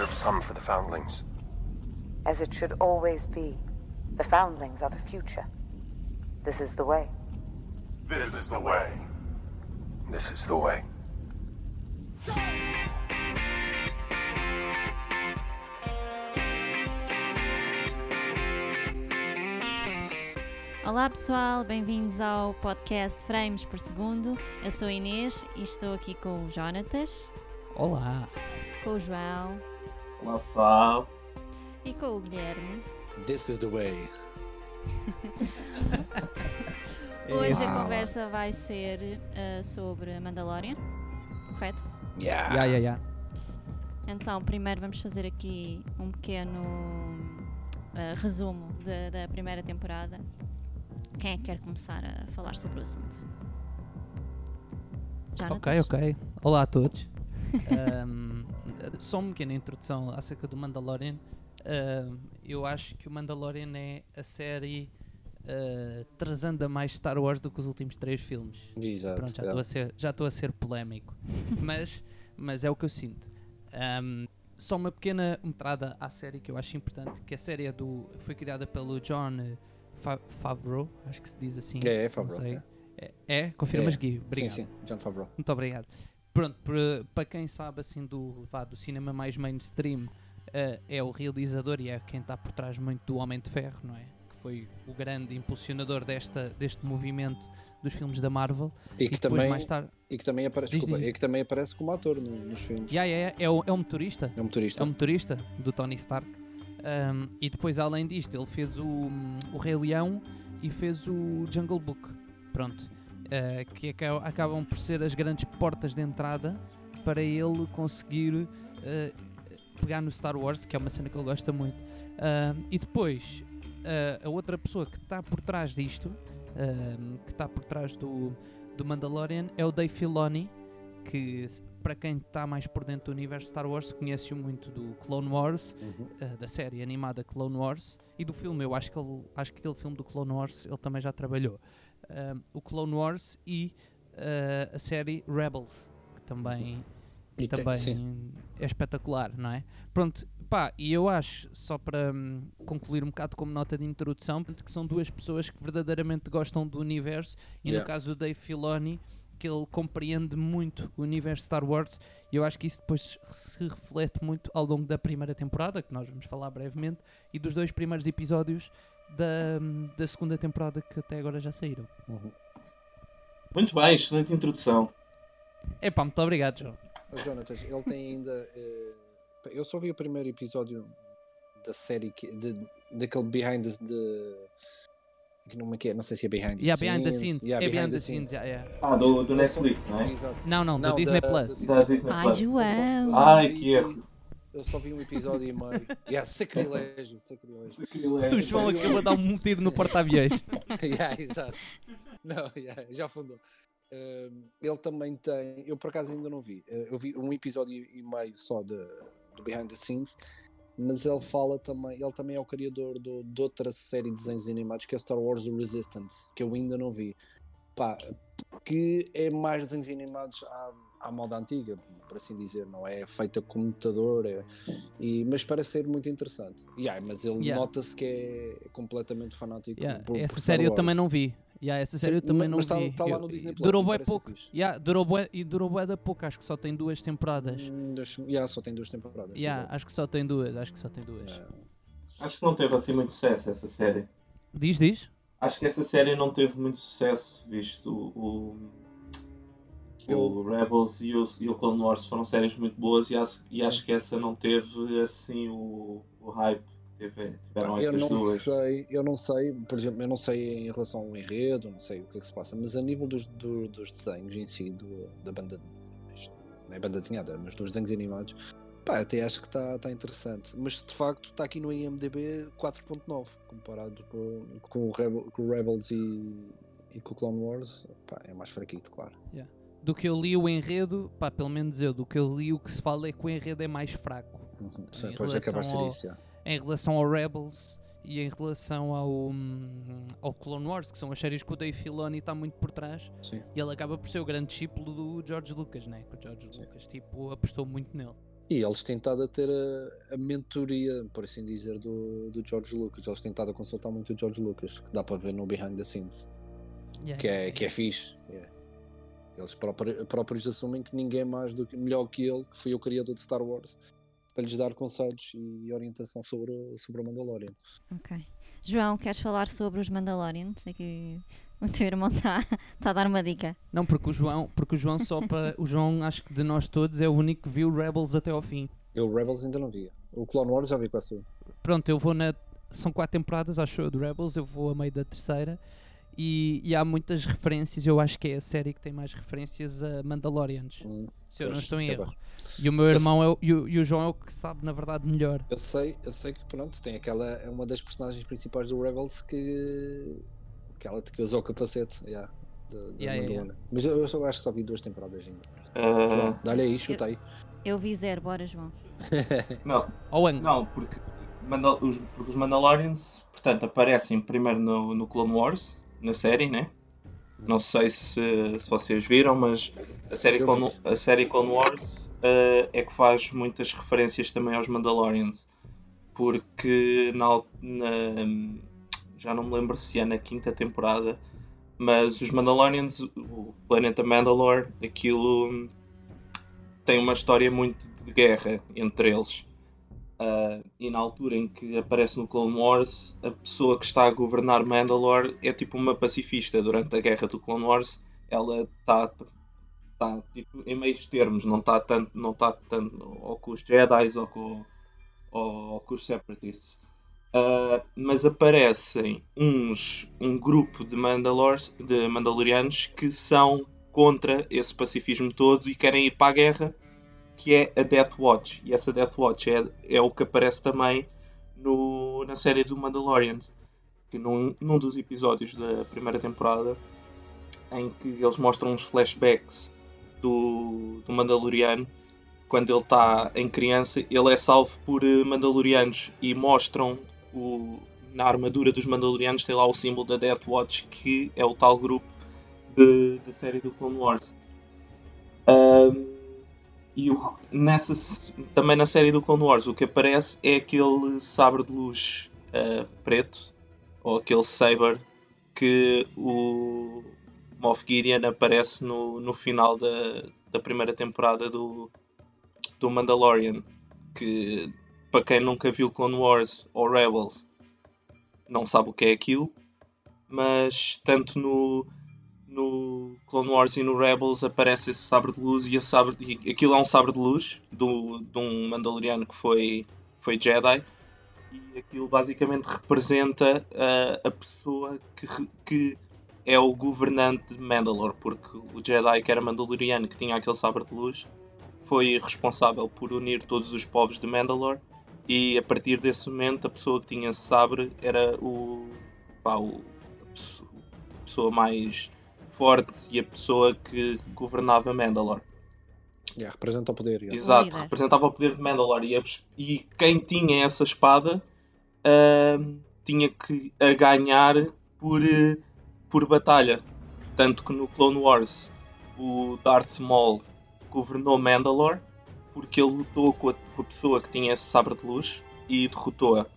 reserve some for the foundlings. As it should always be. The foundlings are the future. This is the way. This is the way. This is the way. Olá pessoal, bem-vindos ao podcast Frames por Segundo. Eu sou a Inês e estou aqui com o Jonatas. Olá. Com o João. Olá pessoal. E com o Guilherme. This is the way. Hoje a conversa vai ser sobre Mandalorian, correto? Yeah. Então, primeiro vamos fazer aqui um pequeno resumo da primeira temporada. Quem é que quer começar a falar sobre o assunto? Jonatas? Ok. Olá a todos. Só uma pequena introdução acerca do Mandalorian. Eu acho que o Mandalorian é a série trazendo a mais Star Wars do que os últimos 3 filmes. Exato. Pronto, já estou a ser polémico. mas é o que eu sinto. Só uma pequena entrada à série que eu acho importante, que a série foi criada pelo Jon Favreau, acho que se diz assim. É Favreau. Não sei. Confirmas, Gui? Obrigado. Sim, Jon Favreau. Muito obrigado. Pronto, para quem sabe assim do cinema mais mainstream, é o realizador e é quem está por trás muito do Homem de Ferro, não é? Que foi o grande impulsionador deste movimento dos filmes da Marvel. E que também, mais tarde... e que também aparece, E que também aparece como ator nos filmes. É o motorista. É o motorista. É o motorista do Tony Stark. E depois, além disto, ele fez o Rei Leão e fez o Jungle Book. Pronto. Que acabam por ser as grandes portas de entrada para ele conseguir pegar no Star Wars, que é uma cena que ele gosta muito. E depois, a outra pessoa que está por trás disto, que está por trás do Mandalorian, é o Dave Filoni, que para quem está mais por dentro do universo Star Wars conhece-o muito do Clone Wars, da série animada Clone Wars, e do filme. Eu acho que aquele filme do Clone Wars ele também já trabalhou. O Clone Wars e a série Rebels, que também é espetacular, não é? Pronto, e eu acho, só para concluir um bocado como nota de introdução, que são duas pessoas que verdadeiramente gostam do universo, e no caso do Dave Filoni, que ele compreende muito o universo Star Wars, e eu acho que isso depois se reflete muito ao longo da primeira temporada, que nós vamos falar brevemente, e dos 2 primeiros episódios da segunda temporada, que até agora já saíram. Muito bem, excelente introdução. Muito obrigado, João. O Jonatas, ele tem ainda... eu só vi o primeiro episódio da série, daquele Behind the... não sei se é Behind the Scenes. Behind the Scenes. É Behind the Scenes, do Netflix, não é? Exato. Não, do Disney Plus. Da Disney Ai, Plus. João! Ai, que erro. Eu só vi um episódio e meio. Sacrilégio. O João acabou de dar um tiro no porta-aviões. Exato. Não, já fundou. Ele também tem... Eu por acaso ainda não vi. Eu vi um episódio e meio só do Behind the Scenes, mas ele também é o criador de outra série de desenhos animados, que é Star Wars The Resistance, que eu ainda não vi. Que é mais desenhos animados à moda antiga, por assim dizer, não é feita com computador, mas parece ser muito interessante. Mas ele nota-se que é completamente fanático. Essa série eu também não vi. Essa série eu também não vi. Está lá no Disney Plus. Durou bué pouco. Durou bué da pouco. Acho que só tem 2 temporadas. Só tem 2 temporadas. Acho que só tem 2. Acho que não teve assim muito sucesso essa série. Diz? Acho que essa série não teve muito sucesso, visto o Rebels e o Clone Wars foram séries muito boas, e acho que essa não teve assim o hype que tiveram essas duas. Eu não sei, por exemplo, eu não sei em relação ao enredo, não sei o que é que se passa, mas a nível dos desenhos em si, da banda, não é banda desenhada, mas dos desenhos animados, até acho que está interessante, mas de facto está aqui no IMDb 4.9 comparado com o Rebels e com o Clone Wars. É mais fraquito, claro. Do que eu li o enredo, pelo menos do que eu li, o que se fala é que o enredo é mais fraco. Depois acabaste disso. Em relação ao Rebels e em relação ao Clone Wars, que são as séries que o Dave Filoni está muito por trás. Sim. E ele acaba por ser o grande discípulo do George Lucas, né? Que o George Lucas apostou muito nele. E eles têm estado a ter a mentoria, por assim dizer, do George Lucas. Eles têm estado a consultar muito o George Lucas, que dá para ver no Behind the Scenes, que é fixe. Eles próprios assumem que ninguém é mais melhor que ele, que foi o criador de Star Wars, para lhes dar conselhos e orientação sobre o Mandalorian. Ok. João, queres falar sobre os Mandalorians? Aqui o teu irmão está a dar uma dica. Não, porque o João o João, acho que de nós todos, é o único que viu Rebels até ao fim. Eu Rebels ainda não via. O Clone Wars já vi quase tudo. Pronto, eu vou são 4 temporadas, acho eu, do Rebels, eu vou a meio da terceira. E há muitas referências, eu acho que é a série que tem mais referências a Mandalorians, se eu não estou em erro. E o meu irmão e o João é o que sabe, na verdade, melhor. Eu sei que, pronto, tem é uma das personagens principais do Rebels que usou o capacete, Mandalorian. Mas eu só acho que só vi 2 temporadas ainda. João, dá-lhe aí, chuta aí. Eu vi 0, bora João. Não, porque os Mandalorians, portanto, aparecem primeiro no Clone Wars, na série, né? Não sei se vocês viram, mas a série Clone Wars é que faz muitas referências também aos Mandalorians, porque já não me lembro se é na 5ª temporada, mas os Mandalorians, o planeta Mandalore, aquilo tem uma história muito de guerra entre eles. E na altura em que aparece no Clone Wars, a pessoa que está a governar Mandalore é tipo uma pacifista. Durante a guerra do Clone Wars, ela está tipo, em meios termos, não está tanto ou com os Jedi ou com os Separatists. Mas aparecem um grupo de Mandalorianos que são contra esse pacifismo todo e querem ir para a guerra, que é a Death Watch. E essa Death Watch é o que aparece também na série do Mandalorian, que num dos episódios da primeira temporada, em que eles mostram uns flashbacks do Mandaloriano, quando ele está em criança, ele é salvo por Mandalorianos, e mostram na armadura dos Mandalorianos tem lá o símbolo da Death Watch, que é o tal grupo da série do Clone Wars. E também na série do Clone Wars, o que aparece é aquele sabre de luz preto, ou aquele saber que o Moff Gideon aparece no final da primeira temporada do Mandalorian, que para quem nunca viu Clone Wars ou Rebels não sabe o que é aquilo, mas tanto no Clone Wars e no Rebels aparece esse sabre de luz, e aquilo é um sabre de luz de um Mandaloriano que foi Jedi, e aquilo basicamente representa a pessoa que é o governante de Mandalore, porque o Jedi que era Mandaloriano, que tinha aquele sabre de luz, foi responsável por unir todos os povos de Mandalore, e a partir desse momento a pessoa que tinha esse sabre era a pessoa mais forte e a pessoa que governava Mandalore. Representa o poder. Exato, representava o poder de Mandalore, e quem tinha essa espada tinha que a ganhar por batalha. Tanto que no Clone Wars o Darth Maul governou Mandalore porque ele lutou com a pessoa que tinha esse sabre de luz e derrotou-a.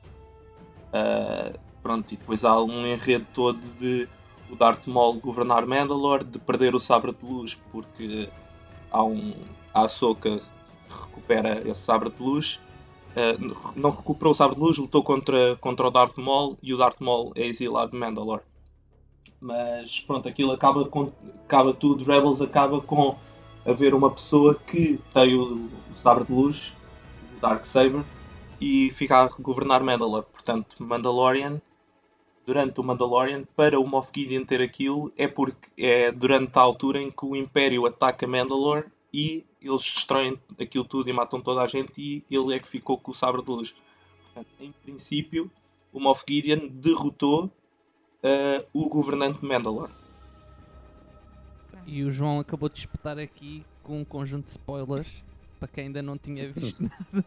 E depois há um enredo todo de o Darth Maul governar Mandalore, de perder o sabre de luz, porque a Ahsoka recupera esse sabre de luz. Não recuperou o sabre de luz, lutou contra o Darth Maul, e o Darth Maul é exilado de Mandalore. Mas pronto, aquilo acaba tudo. Rebels acaba com haver uma pessoa que tem o sabre de luz, o Darksaber, e fica a governar Mandalore. Portanto, durante o Mandalorian, para o Moff Gideon ter aquilo, é porque é durante a altura em que o Império ataca Mandalore e eles destroem aquilo tudo e matam toda a gente, e ele é que ficou com o sabre de luz. Portanto, em princípio, o Moff Gideon derrotou o governante de Mandalore. E o João acabou de espetar aqui com um conjunto de spoilers para quem ainda não tinha visto nada.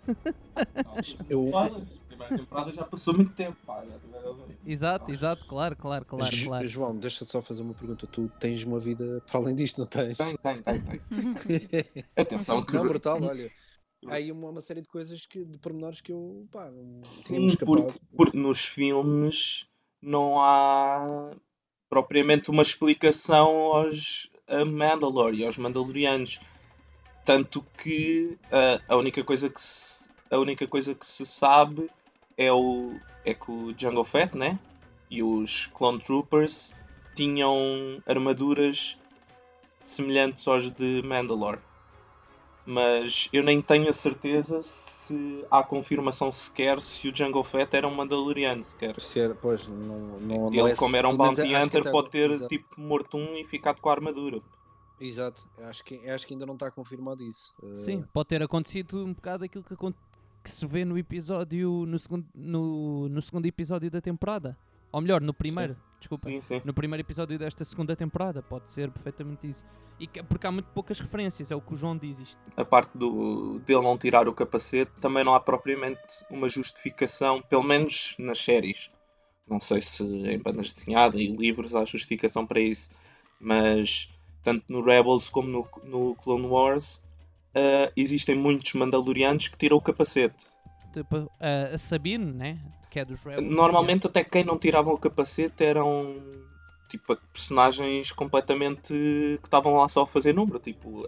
A primeira temporada já passou muito tempo, pá. Exato, claro. João, deixa-te só fazer uma pergunta. Tu tens uma vida para além disto, não tens? Tem. Atenção que... Não, brutal, olha. há aí uma série de coisas, de pormenores que eu, pá, não Sim, tínhamos escapado. porque nos filmes não há propriamente uma explicação a Mandalore e aos Mandalorianos. Tanto que a única coisa que se sabe é que o Jango Fett, né? E os Clone Troopers tinham armaduras semelhantes aos de Mandalore. Mas eu nem tenho a certeza se há confirmação sequer se o Jango Fett era um Mandaloriano sequer. Pois, não Ele, é. como era um Pelo menos Bounty acho que Hunter, até pode agora- ter exato, tipo morto um e ficado com a armadura. exato. Acho que ainda não está confirmado isso. Sim, pode ter acontecido um bocado aquilo que se vê no episódio, no segundo episódio da temporada. Ou melhor, no primeiro, desculpa. Sim, sim. No primeiro episódio desta segunda temporada, pode ser perfeitamente isso. Porque há muito poucas referências, é o que o João diz isto. A parte dele não tirar o capacete, também não há propriamente uma justificação, pelo menos nas séries. Não sei se em bandas desenhadas e livros há justificação para isso, mas tanto no Rebels como no Clone Wars existem muitos Mandalorianos que tiram o capacete. Tipo, a Sabine, né? Que é dos Rebels. Normalmente até quem não tirava o capacete eram tipo personagens completamente que estavam lá só a fazer número, tipo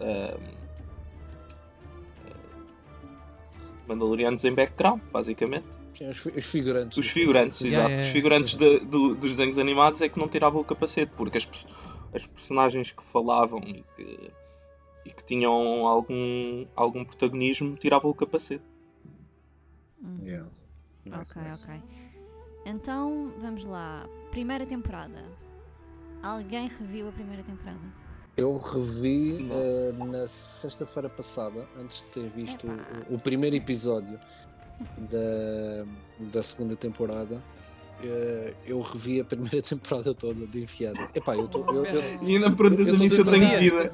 Mandalorianos em background, basicamente. Sim, os figurantes. Os figurantes, Sim. exato. Yeah, Os figurantes sim. dos desenhos animados é que não tiravam o capacete, porque as personagens que falavam e que tinham algum protagonismo tiravam o capacete. Yeah. Ok. Então, vamos lá. Primeira temporada. Alguém reviu a primeira temporada? Eu revi Não. na sexta-feira passada, antes de ter visto Epá. o primeiro episódio da segunda temporada. Eu revi a primeira temporada toda de enfiada. Epá, eu E ainda perguntas a mim se eu tenho vida.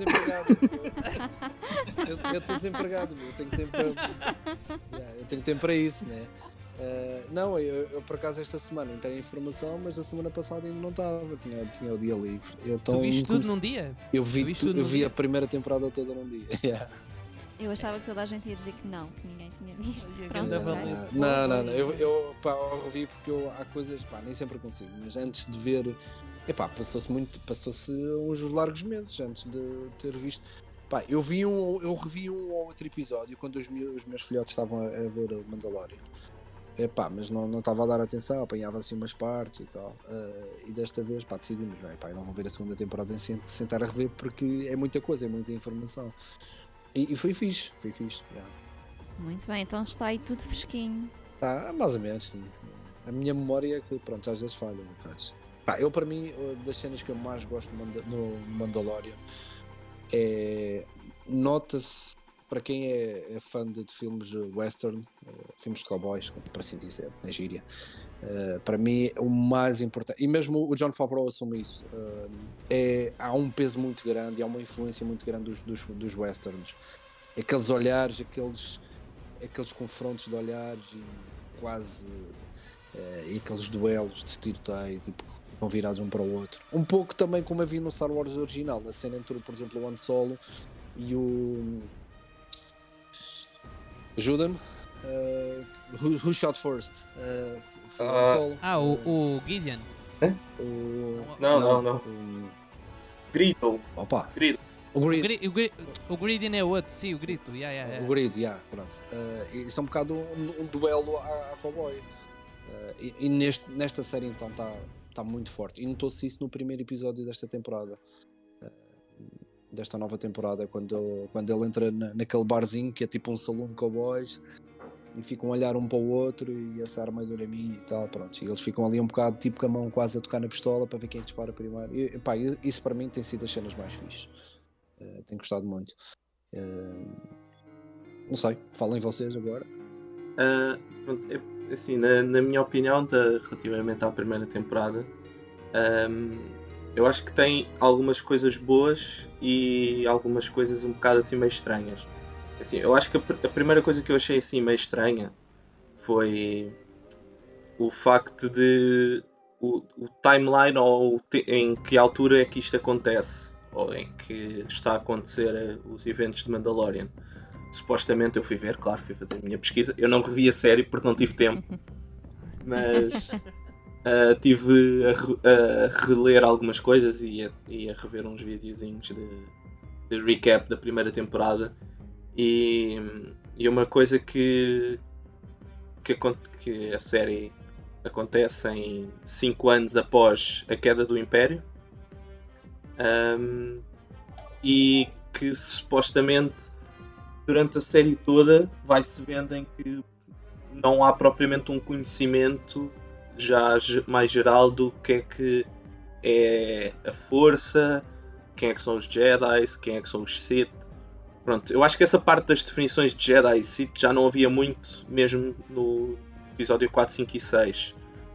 Eu estou desempregado, eu tenho tempo para. Eu tenho tempo para isso, né? Não, eu por acaso esta semana entrei em formação, mas a semana passada ainda não estava, tinha o dia livre. Então, Tu viste tudo num dia? Eu Tu vi, viste tudo eu num vi dia? a primeira temporada toda num dia. Yeah. Eu achava que toda a gente ia dizer que ninguém tinha visto. Ai, Pronto, ganda ok. valente. Não, eu revi porque há coisas, pá, nem sempre consigo, mas antes de ver, epá, passou-se uns largos meses antes de ter visto. Pá, eu revi um ou outro episódio quando os meus filhotes estavam a ver o Mandalorian. Epá, mas não estava a dar atenção, apanhava assim umas partes e tal. E desta vez, pá, decidimos, eu não vou ver a segunda temporada sem sentar a rever porque é muita coisa, é muita informação. E foi fixe. Yeah. Muito bem, então está aí tudo fresquinho. Tá, mais ou menos, sim. A minha memória é que, pronto, às vezes falha um bocado. Pá, eu, para mim, das cenas que eu mais gosto no Mandalorian nota-se, para quem é fã de filmes western, filmes de cowboys, por assim dizer, na gíria, para mim o mais importante, e mesmo o Jon Favreau assume isso, há um peso muito grande e há uma influência muito grande dos westerns. Aqueles olhares, aqueles confrontos de olhares e quase e aqueles duelos de tiroteio, tipo, ficam virados um para o outro. Um pouco também como havia no Star Wars original, na cena entre, por exemplo, o Han Solo e o... Ajuda-me? Who shot first? Foi o Han Solo. O Gideon. Não. Grito. Opa, Grito. o Grid. O Gideon é o outro, sim, o grito. Yeah. O Grid, pronto. Isso é um bocado um duelo à cowboy. E nesta série então está muito forte. E notou-se isso no primeiro episódio desta temporada. Desta nova temporada, quando ele entra naquele barzinho que é tipo um salão de cowboys e ficam a olhar um para o outro e essa armadura é minha e tal, pronto. E eles ficam ali um bocado tipo com a mão quase a tocar na pistola para ver quem é que dispara primeiro. E, pá, isso para mim tem sido as cenas mais fixes. Tenho gostado muito. Não sei, falem vocês agora. Assim, na minha opinião, relativamente à primeira temporada, eu acho que tem algumas coisas boas e algumas coisas um bocado assim meio estranhas. Assim, eu acho que a primeira coisa que eu achei assim meio estranha foi o facto de o timeline ou em que altura é que isto acontece ou em que está a acontecer os eventos de Mandalorian. supostamente eu fui ver, claro, fui fazer a minha pesquisa. Eu não revi a série porque não tive tempo, mas tive a reler algumas coisas e a rever uns videozinhos de recap da primeira temporada. E uma coisa que a série acontece em 5 anos após a queda do Império, e que supostamente durante a série toda vai-se vendo em que não há propriamente um conhecimento já mais geral do que é a Força, quem é que são os Jedi, quem é que são os Sith. Pronto, eu acho que essa parte das definições de Jedi e Sith já não havia muito, mesmo no episódio 4, 5 e 6.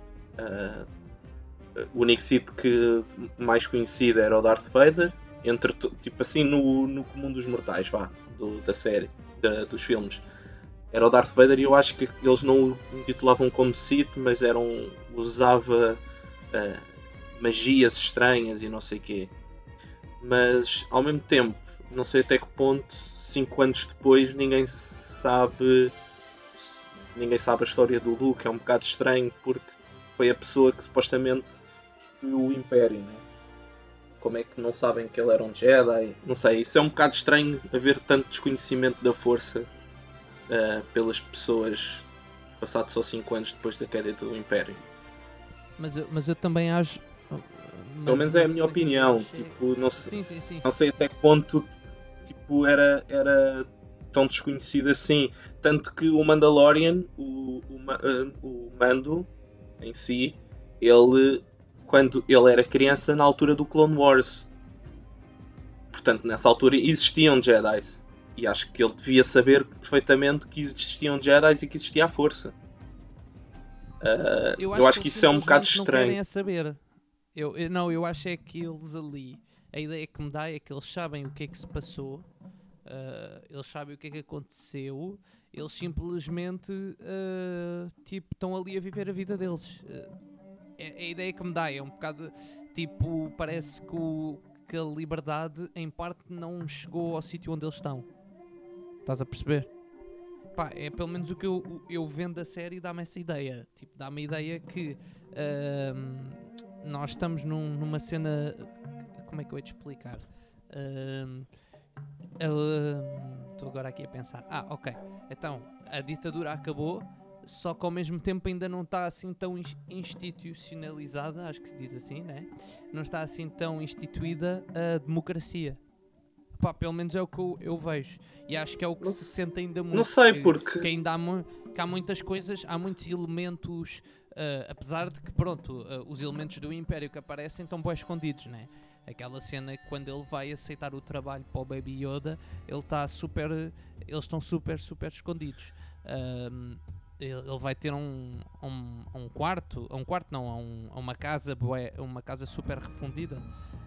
O único Sith que mais conhecido era o Darth Vader, tipo assim, no comum dos mortais, da série, dos filmes. Era o Darth Vader e eu acho que eles não o intitulavam como Sith, mas usava magias estranhas e não sei o quê. Mas, ao mesmo tempo, não sei até que ponto, 5 anos depois, ninguém sabe a história do Luke. É um bocado estranho, porque foi a pessoa que supostamente destruiu o Império, né? Como é que não sabem que ele era um Jedi? Não sei, isso é um bocado estranho, haver tanto desconhecimento da Força pelas pessoas passados só 5 anos depois da queda do Império. Mas eu também acho... Pelo menos é a minha opinião. Tipo, não sei, Sim. não sei até que ponto tipo, era tão desconhecido assim. Tanto que o Mandalorian, o Mando em si, quando ele era criança, na altura do Clone Wars. Portanto, nessa altura existiam Jedi. E acho que ele devia saber perfeitamente que existiam Jedi e que existia a Força. Eu acho que isso é um bocado estranho. Não querem saber. Eu acho é que eles ali, a ideia que me dá é que eles sabem o que é que se passou, eles sabem o que é que aconteceu, eles simplesmente estão ali a viver a vida deles. A ideia que me dá é um bocado tipo, parece que a liberdade em parte não chegou ao sítio onde eles estão. Estás a perceber? Pá, é pelo menos o que eu vendo a série, dá-me essa ideia. Tipo, dá-me a ideia que nós estamos numa cena. Como é que eu ia te explicar? Estou agora aqui a pensar. Ok. Então, a ditadura acabou, só que ao mesmo tempo ainda não está assim tão institucionalizada, acho que se diz assim, né? Não está assim tão instituída a democracia. Pá, pelo menos é o que eu vejo. E acho que é o que se sente ainda muito. Não sei porque... Que ainda há muitas coisas, há muitos elementos, apesar de que, pronto, os elementos do Império que aparecem estão bem escondidos, né? Aquela cena que quando ele vai aceitar o trabalho para o Baby Yoda, eles estão super escondidos. Ele vai ter um quarto, uma casa super refundida.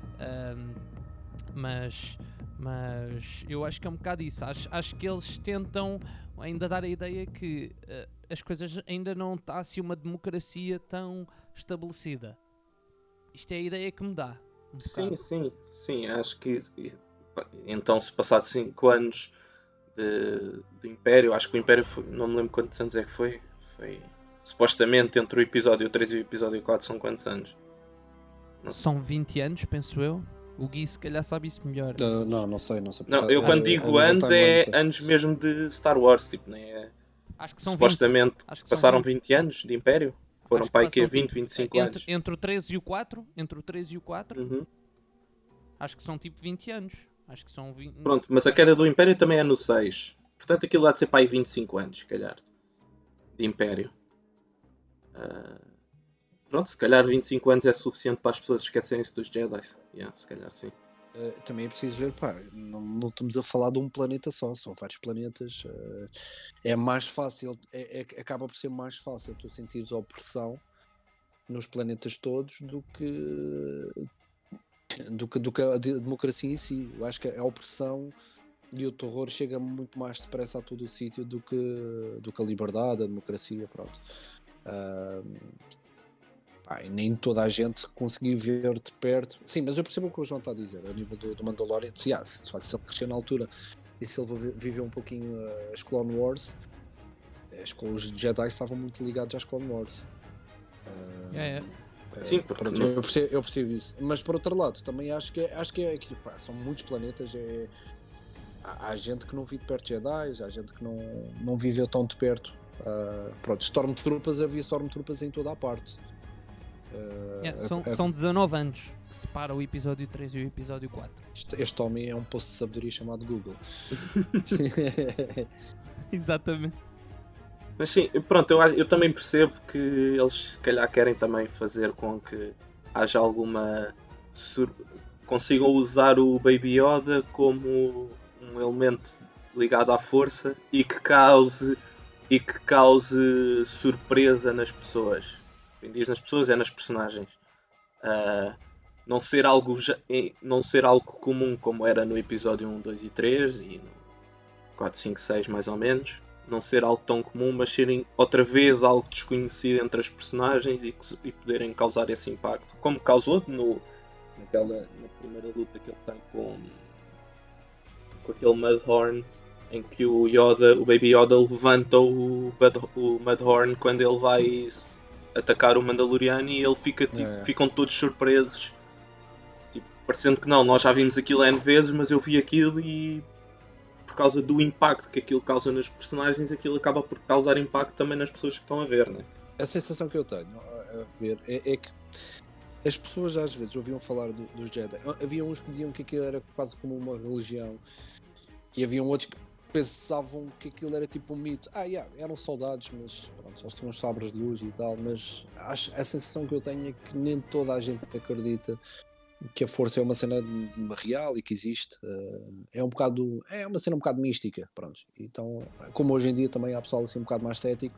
Mas eu acho que é um bocado isso. Acho que eles tentam ainda dar a ideia que as coisas ainda não está assim uma democracia tão estabelecida. Isto é a ideia que me dá. Sim, acho que então, se passado 5 anos de Império, acho que o Império foi, não me lembro quantos anos é que foi supostamente entre o episódio 3 e o episódio 4 são quantos anos? São 20 anos, penso eu. O Gui se calhar sabe isso melhor. Não sei. Não, eu quando digo anos é anos mesmo de Star Wars, tipo, né? Acho que são supostamente 20. Acho que passaram são 20 anos de Império. Foram para aí que é 20, 25 anos. anos. Entre o 3 e o 4, Uhum. Acho que são tipo 20 anos. Acho que são 20. Pronto, mas a queda do Império também é no 6. Portanto aquilo há de ser para aí 25 anos, se calhar. De Império. Pronto, se calhar 25 anos é suficiente para as pessoas esquecerem-se dos Jedi. Se calhar sim. Também é preciso ver, não estamos a falar de um planeta só, são vários planetas. É mais fácil, acaba por ser mais fácil tu sentires a opressão nos planetas todos do que a democracia em si. Eu acho que a opressão e o terror chega muito mais depressa a todo o sítio do que a liberdade, a democracia, pronto. E nem toda a gente conseguiu ver de perto. Sim, mas eu percebo o que o João está a dizer a nível do Mandalorian. Se ele cresceu na altura e se ele viveu um pouquinho as Clone Wars, os Jedi estavam muito ligados às Clone Wars. Sim, pronto, eu percebo isso. Mas por outro lado, também acho que são muitos planetas. Há gente que não vive de perto de Jedi, há gente que não viveu tão de perto. Pronto, Stormtroopers, havia Stormtroopers em toda a parte. São 19 anos que separa o episódio 3 e o episódio 4. Este homem é um posto de sabedoria chamado Google. Exatamente. Mas sim, pronto, eu também percebo que eles se calhar querem também fazer com que haja alguma... consigam usar o Baby Yoda como um elemento ligado à força e que cause surpresa nas pessoas. Quem diz nas pessoas é nas personagens. Não ser algo comum como era no episódio 1, 2 e 3 e no 4, 5, 6 mais ou menos. Não ser algo tão comum, mas serem outra vez algo desconhecido entre as personagens e poderem causar esse impacto. Como causou na primeira luta que ele tem com aquele Mudhorn, em que o Baby Yoda levanta o Mudhorn quando ele vai atacar o Mandaloriano e ele ficam todos surpresos. Tipo, parecendo que não, nós já vimos aquilo N vezes, mas eu vi aquilo e por causa do impacto que aquilo causa nos personagens, aquilo acaba por causar impacto também nas pessoas que estão a ver, né? A sensação que eu tenho a ver é que as pessoas às vezes ouviam falar dos Jedi. Havia uns que diziam que aquilo era quase como uma religião e haviam outros que pensavam que aquilo era tipo um mito. Eram soldados, mas pronto, eles tinham os sabres de luz e tal, mas a sensação que eu tenho é que nem toda a gente acredita que a força é uma cena real e que existe. É uma cena um bocado mística, pronto. Então, como hoje em dia também há pessoal assim um bocado mais cético,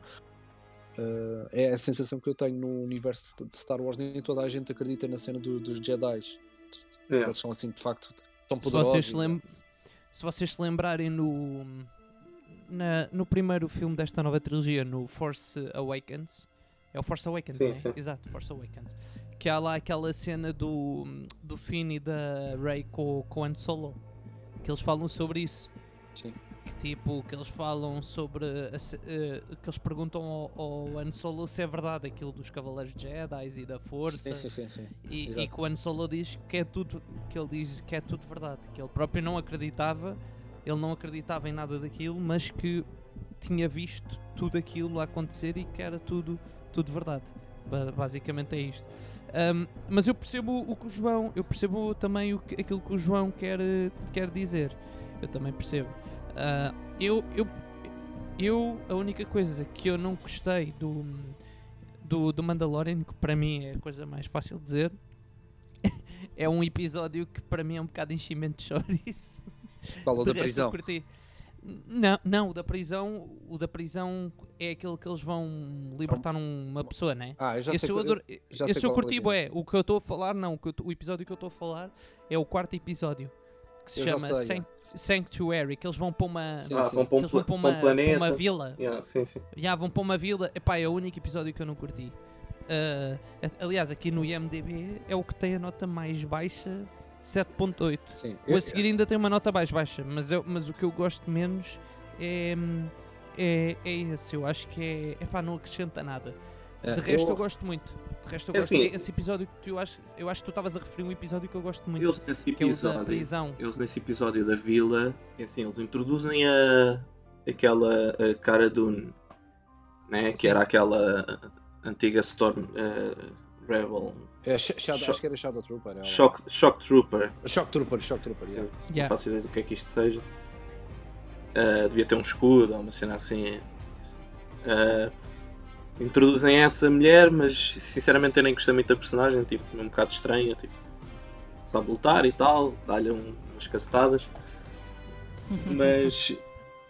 é a sensação que eu tenho no universo de Star Wars. Nem toda a gente acredita na cena dos Jedi. Eles são assim de facto tão poderosos. Se vocês se lembrarem no primeiro filme desta nova trilogia, no Force Awakens, é o Force Awakens, sim, né? Sim. Exato, Force Awakens. Que há lá aquela cena do Finn e da Rey com o Han Solo, que eles falam sobre isso. Sim. Que eles falam sobre que eles perguntam ao Han Solo se é verdade aquilo dos Cavaleiros Jedi e da Força. Sim. E que o Han Solo diz que é tudo, que ele diz que é tudo verdade, que ele próprio não acreditava em nada daquilo, mas que tinha visto tudo aquilo a acontecer e que era tudo verdade. Basicamente é isto. Mas eu percebo eu percebo também aquilo que o João quer dizer. Eu também percebo. A única coisa que eu não gostei do Mandalorian, que para mim é a coisa mais fácil de dizer, é um episódio que para mim é um bocado de enchimento de chouriço. Falou da prisão. Não, o da prisão é aquele que eles vão libertar uma pessoa, né? Eu já sei. Esse eu curti, o que eu estou a falar, não. O episódio que eu estou a falar é o quarto episódio, que se chama Sanctuary, que eles vão para uma vila. Vão para uma vila. Epá, é o único episódio que eu não curti. Aliás, aqui no IMDb é o que tem a nota mais baixa, 7.8. O a seguir ainda tem uma nota mais baixa, mas o que eu gosto menos é esse. Eu acho que não acrescenta nada. De resto eu gosto muito. Esse episódio que eu acho que tu estavas a referir um episódio que eu gosto muito. Eles nesse episódio da vila, assim, eles introduzem aquela Cara Dune, né? Que era aquela antiga Storm Rebel. Acho que era Shadow Trooper. Shock Trooper. Shock Trooper, yeah. Não faço ideia do que é que isto seja. Devia ter um escudo ou uma cena assim. Introduzem essa mulher, mas sinceramente eu nem gostei muito da personagem, tipo, um bocado estranha, tipo, sabe lutar e tal, dá-lhe umas cacetadas. Mas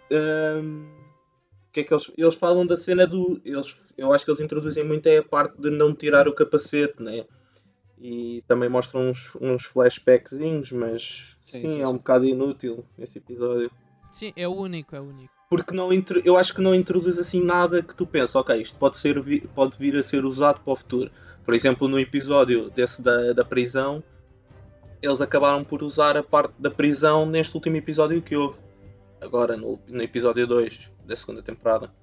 que é que eles falam da cena eu acho que eles introduzem muito a parte de não tirar o capacete, né? E também mostram uns flashbackzinhos, mas sim, é um bocado inútil esse episódio. Sim, é o único. Porque eu acho que não introduz assim nada que tu penses, ok, isto pode vir a ser usado para o futuro. Por exemplo, no episódio desse da prisão, eles acabaram por usar a parte da prisão neste último episódio que houve. agora no episódio 2 da segunda temporada.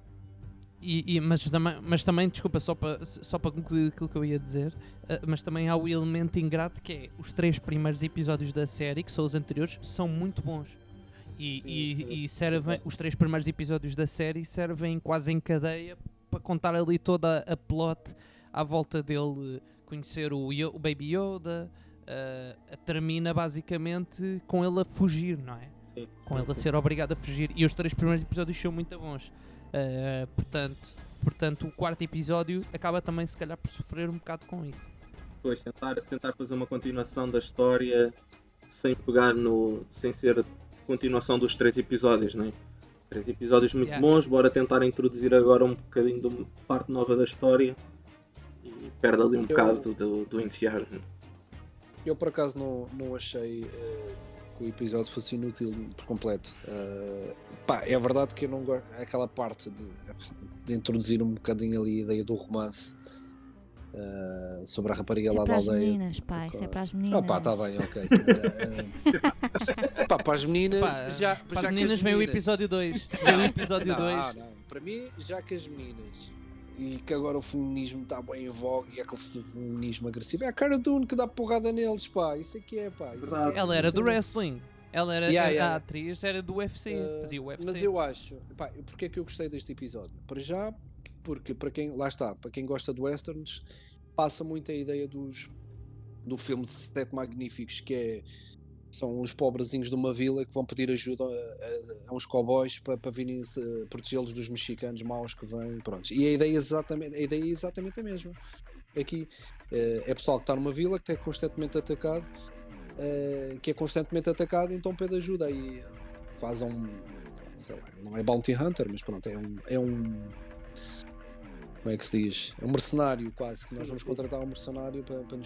Mas também, desculpa, só para concluir aquilo que eu ia dizer, mas também há o elemento ingrato que é os 3 primeiros episódios da série, que são os anteriores, são muito bons. E servem, os 3 primeiros episódios da série servem quase em cadeia para contar ali toda a plot à volta dele conhecer o Baby Yoda. Termina basicamente com ele a fugir, não é? Sim. Com ele a ser obrigado a fugir. E os 3 primeiros episódios são muito bons. Portanto, o 4º episódio acaba também, se calhar, por sofrer um bocado com isso. Depois tentar fazer uma continuação da história sem ser a continuação dos 3 episódios, não é? 3 episódios muito bons, bora tentar introduzir agora um bocadinho de uma parte nova da história e perde ali um bocado do entusiasmo. Eu por acaso não achei que o episódio fosse inútil por completo. É verdade que eu não gosto aquela parte de introduzir um bocadinho ali a ideia do romance sobre a rapariga lá da aldeia. Meninas, pá, isso é para as meninas. Está bem, ok. Para as meninas, para as meninas vem o episódio 2. Vem o episódio 2. Não. Para mim, já que as meninas e que agora o feminismo está bem em voga e aquele feminismo agressivo, é a Cara Dune que dá porrada neles, pá. Isso aqui é, pá. Ela era do wrestling. Ela era a atriz, era do UFC, fazia UFC. Mas eu acho, pá, porque é que eu gostei deste episódio? Para já, porque para quem gosta de westerns, passa muito a ideia do filme de Sete Magníficos, que são os pobrezinhos de uma vila que vão pedir ajuda a uns cowboys para virem protegê-los dos mexicanos maus que vêm, pronto. E a ideia é exatamente a mesma. Aqui é pessoal que está numa vila que é constantemente atacado, então pede ajuda aí quase sei lá, não é Bounty Hunter, mas pronto, é um como é que se diz? É um mercenário quase, que nós vamos contratar um mercenário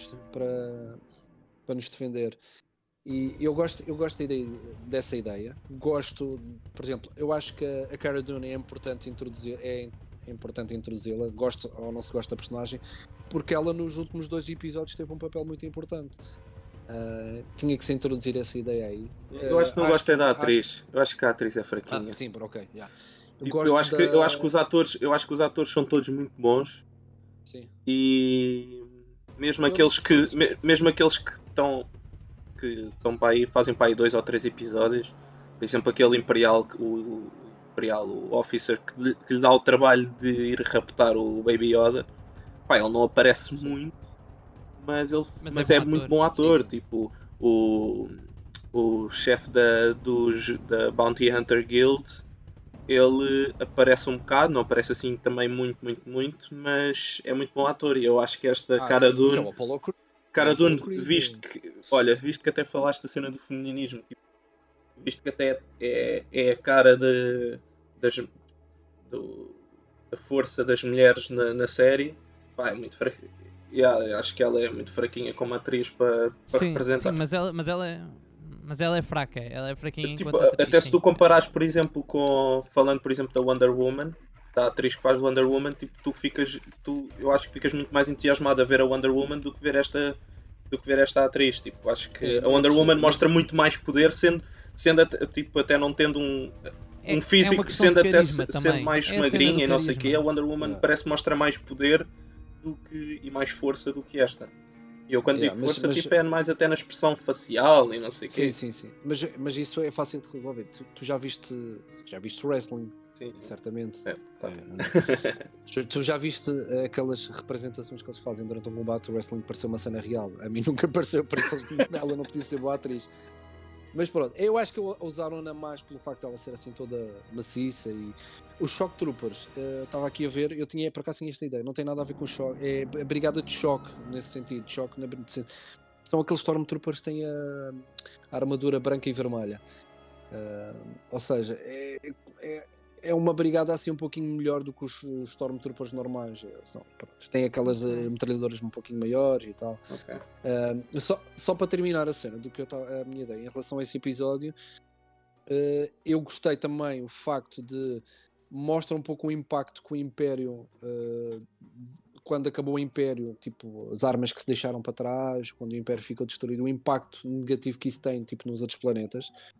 para nos defender. E eu gosto dessa ideia. Gosto, por exemplo, eu acho que a Cara Dune é importante introduzi-la, gosto ou não se gosta da personagem, porque ela nos últimos 2 episódios teve um papel muito importante. Tinha que se introduzir essa ideia aí. Eu acho que não gosto da atriz. Eu acho que a atriz é fraquinha. Sim, ok. Yeah. Eu acho que os atores são todos muito bons. Sim. E mesmo aqueles que estão para aí, fazem para aí 2 ou 3 episódios, por exemplo aquele o officer que lhe dá o trabalho de ir raptar o Baby Yoda, pá, ele não aparece muito, mas é muito bom ator. Sim. Tipo o chefe da Bounty Hunter Guild, ele aparece um bocado, não aparece assim também muito, mas é muito bom ator. E eu acho que esta Cara Dune, visto que até falaste da cena do feminismo, tipo, visto que até é a cara da força das mulheres na série, pá, é muito fraquinha. Acho que ela é muito fraquinha como atriz para representar. Sim, mas ela é fraca, ela é fraquinha tipo, enquanto atriz. Até se tu comparares, por exemplo, falando por exemplo da Wonder Woman, da atriz que faz Wonder Woman, tipo, eu acho que ficas muito mais entusiasmado a ver a Wonder Woman do que ver esta atriz. Tipo, acho que a Wonder Woman mostra muito mais poder, sendo tipo, até não tendo um físico, sendo mais magrinha e não sei o quê. A Wonder Woman parece que mostra mais poder e mais força do que esta. E eu quando digo força, tipo, é mais até na expressão facial e não sei o quê. Sim. Mas isso é fácil de resolver. Tu já viste wrestling? Sim. Certamente. Claro. Tu já viste aquelas representações que eles fazem durante um combate? O wrestling pareceu uma cena real. A mim nunca pareceu ela não podia ser boa atriz. Mas pronto, eu acho que usaram-na mais pelo facto de ela ser assim toda maciça. E os Shock Troopers, estava aqui a ver, eu tinha por acaso esta ideia, não tem nada a ver com o choque, é a brigada de choque nesse sentido, são aqueles Stormtroopers que têm a armadura branca e vermelha, ou seja, é uma brigada assim um pouquinho melhor do que os Stormtroopers normais. Têm aquelas metralhadoras um pouquinho maiores e tal. Okay. Só para terminar a cena, a minha ideia em relação a esse episódio, eu gostei também o facto de mostra um pouco o impacto que o Império, quando acabou o Império, tipo, as armas que se deixaram para trás, quando o Império ficou destruído, o impacto negativo que isso tem, tipo, nos outros planetas.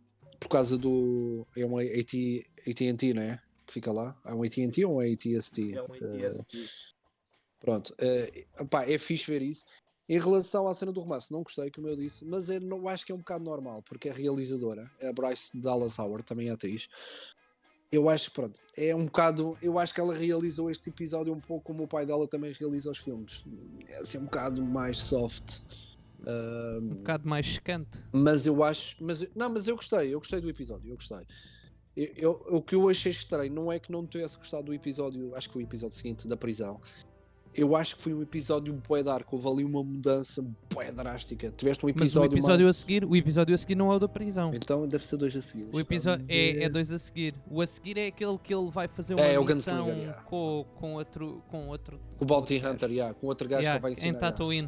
por causa do... É um AT&T, não é? Que fica lá. É um AT&T ou um AT&T? É um ATST. Pronto. Pá, é fixe ver isso. Em relação à cena do romance, não gostei, como eu disse, mas eu acho que é um bocado normal, porque a realizadora, a Bryce Dallas Howard, também é atriz. Eu acho, pronto, é um bocado. Eu acho que ela realizou este episódio um pouco como o pai dela também realiza os filmes. É assim um bocado mais soft. Um bocado mais secante. Mas eu acho. Mas eu gostei do episódio, eu gostei. O que eu achei estranho não é que não tivesse gostado do episódio, acho que o episódio seguinte da prisão. Eu acho que foi um episódio bué dark, houve ali uma mudança bué drástica. Tiveste um episódio. Mas o episódio a seguir não é o da prisão. Então deve ser 2 a seguir. O episódio é 2 a seguir. O a seguir é aquele que ele vai fazer uma missão com outro. Com o Bounty Hunter, com outro gajo que vai ensinar. Em Tatooine.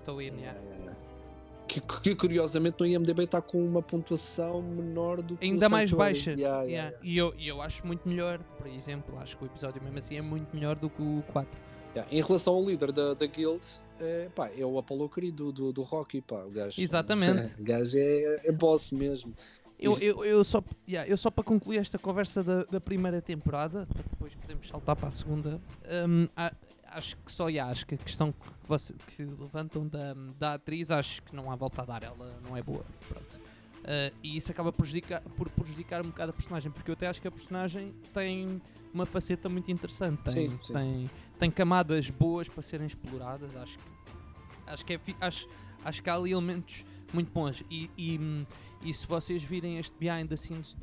Que curiosamente no IMDb está com uma pontuação menor do que ainda mais Sanctuary. baixa. E eu acho muito melhor, por exemplo, acho que o episódio mesmo assim é muito melhor do que o 4. Em relação ao líder da Guild, é o Apollo Creed do Rocky, pá, o gajo. Exatamente. O gajo é boss mesmo. Eu só para concluir esta conversa da primeira temporada, para depois podemos saltar para a segunda, acho que a questão que levantam da atriz, acho que não há volta a dar, ela não é boa, pronto. E isso acaba por prejudicar um bocado a personagem, porque eu até acho que a personagem tem uma faceta muito interessante, tem camadas boas para serem exploradas, acho que há ali elementos muito bons e se vocês virem este behind the scenes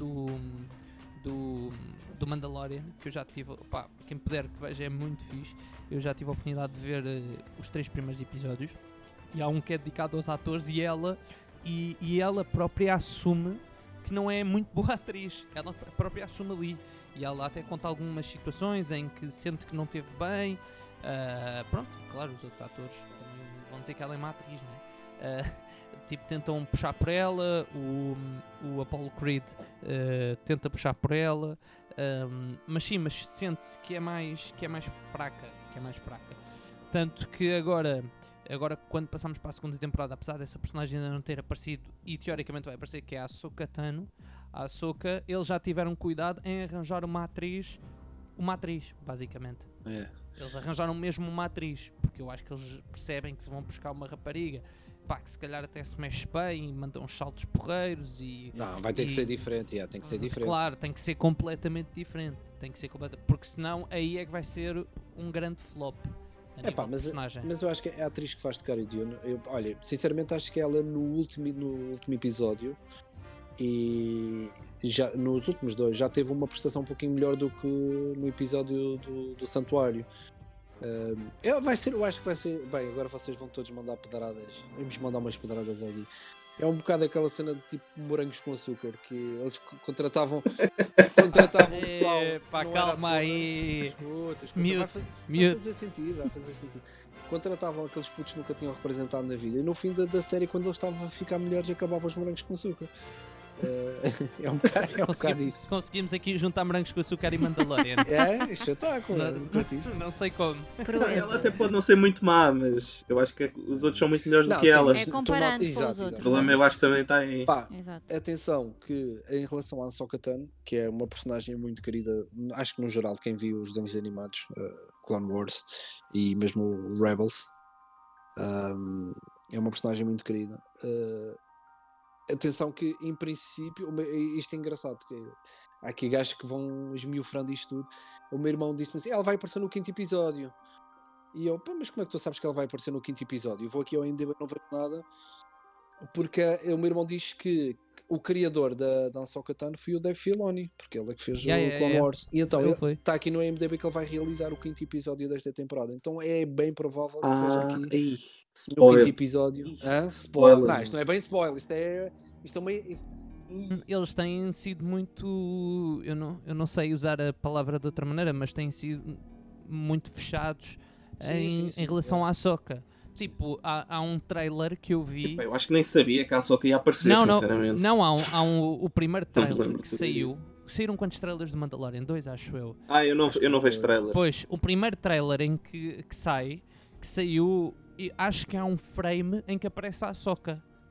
do Mandalorian, que eu já tive, quem puder que veja, é muito fixe. Eu já tive a oportunidade de ver os 3 primeiros episódios e há um que é dedicado aos atores e ela própria assume que não é muito boa atriz, ela própria assume ali e ela até conta algumas situações em que sente que não teve bem, pronto, claro, os outros atores também vão dizer que ela é má atriz, não é? Tipo, tentam puxar por ela, o Apollo Creed tenta puxar por ela, mas sente-se que é mais fraca, tanto que agora quando passamos para a segunda temporada, apesar dessa personagem ainda não ter aparecido e teoricamente vai aparecer, que é a Ahsoka Tano, eles já tiveram cuidado em arranjar uma atriz basicamente. Eles arranjaram mesmo uma atriz, porque eu acho que eles percebem que se vão buscar uma rapariga que se calhar até se mexe bem e manda uns saltos porreiros e... Não, vai ter que ser diferente, tem que ser diferente. Claro, tem que ser completamente diferente, porque senão aí é que vai ser um grande flop. Mas eu acho que é a atriz que faz de Cara Dune. Olha, sinceramente acho que ela no último episódio e já, nos últimos 2 já teve uma prestação um pouquinho melhor do que no episódio do Santuário. Eu acho que vai ser. Bem, agora vocês vão todos mandar pedradas. Vamos mandar umas pedradas ali. É um bocado aquela cena de tipo morangos com açúcar, que eles contratavam pessoal. Calma aí. Escuta, vai fazer sentido. Contratavam aqueles putos que nunca tinham representado na vida. E no fim da série, quando eles estavam a ficar melhores, acabavam os morangos com açúcar. É um bocado isso. Conseguimos aqui juntar morangos com açúcar e Mandalorian. É espetáculo. Não sei como. Ela até pode não ser muito má, mas eu acho que os outros são muito melhores do que ela. É comparando com os outros. O problema eu acho que também está aí. Atenção que em relação à Ahsoka Tano, que é uma personagem muito querida, acho que no geral quem viu os desenhos animados, Clone Wars e mesmo Rebels, é uma personagem muito querida. Atenção que em princípio, isto é engraçado, que há aqui gajos que vão esmiufrando isto tudo. O meu irmão disse-me assim, ela vai aparecer no 5º episódio. E eu, mas como é que tu sabes que ela vai aparecer no 5º episódio? Eu vou aqui ao IMDb, não vejo nada, porque o meu irmão diz que o criador da Ahsoka Tano foi o Dave Filoni, porque ele é que fez o Clone Wars. E então está aqui no IMDb que ele vai realizar o 5º episódio desta temporada. Então é bem provável que seja aqui no 5º episódio. Spoiler. Não, isto não é bem spoiler, isto é meio... Eles têm sido muito... Eu não sei usar a palavra de outra maneira, mas têm sido muito fechados em relação à Ahsoka. Tipo, há um trailer que eu vi... Eu acho que nem sabia que a Ahsoka ia aparecer, sinceramente. Não, há o primeiro trailer que saiu. Saíram quantos trailers de Mandalorian? 2, acho eu. Eu não vejo trailers. Pois, o primeiro trailer em que saiu, acho que há um frame em que aparece a Ahsoka.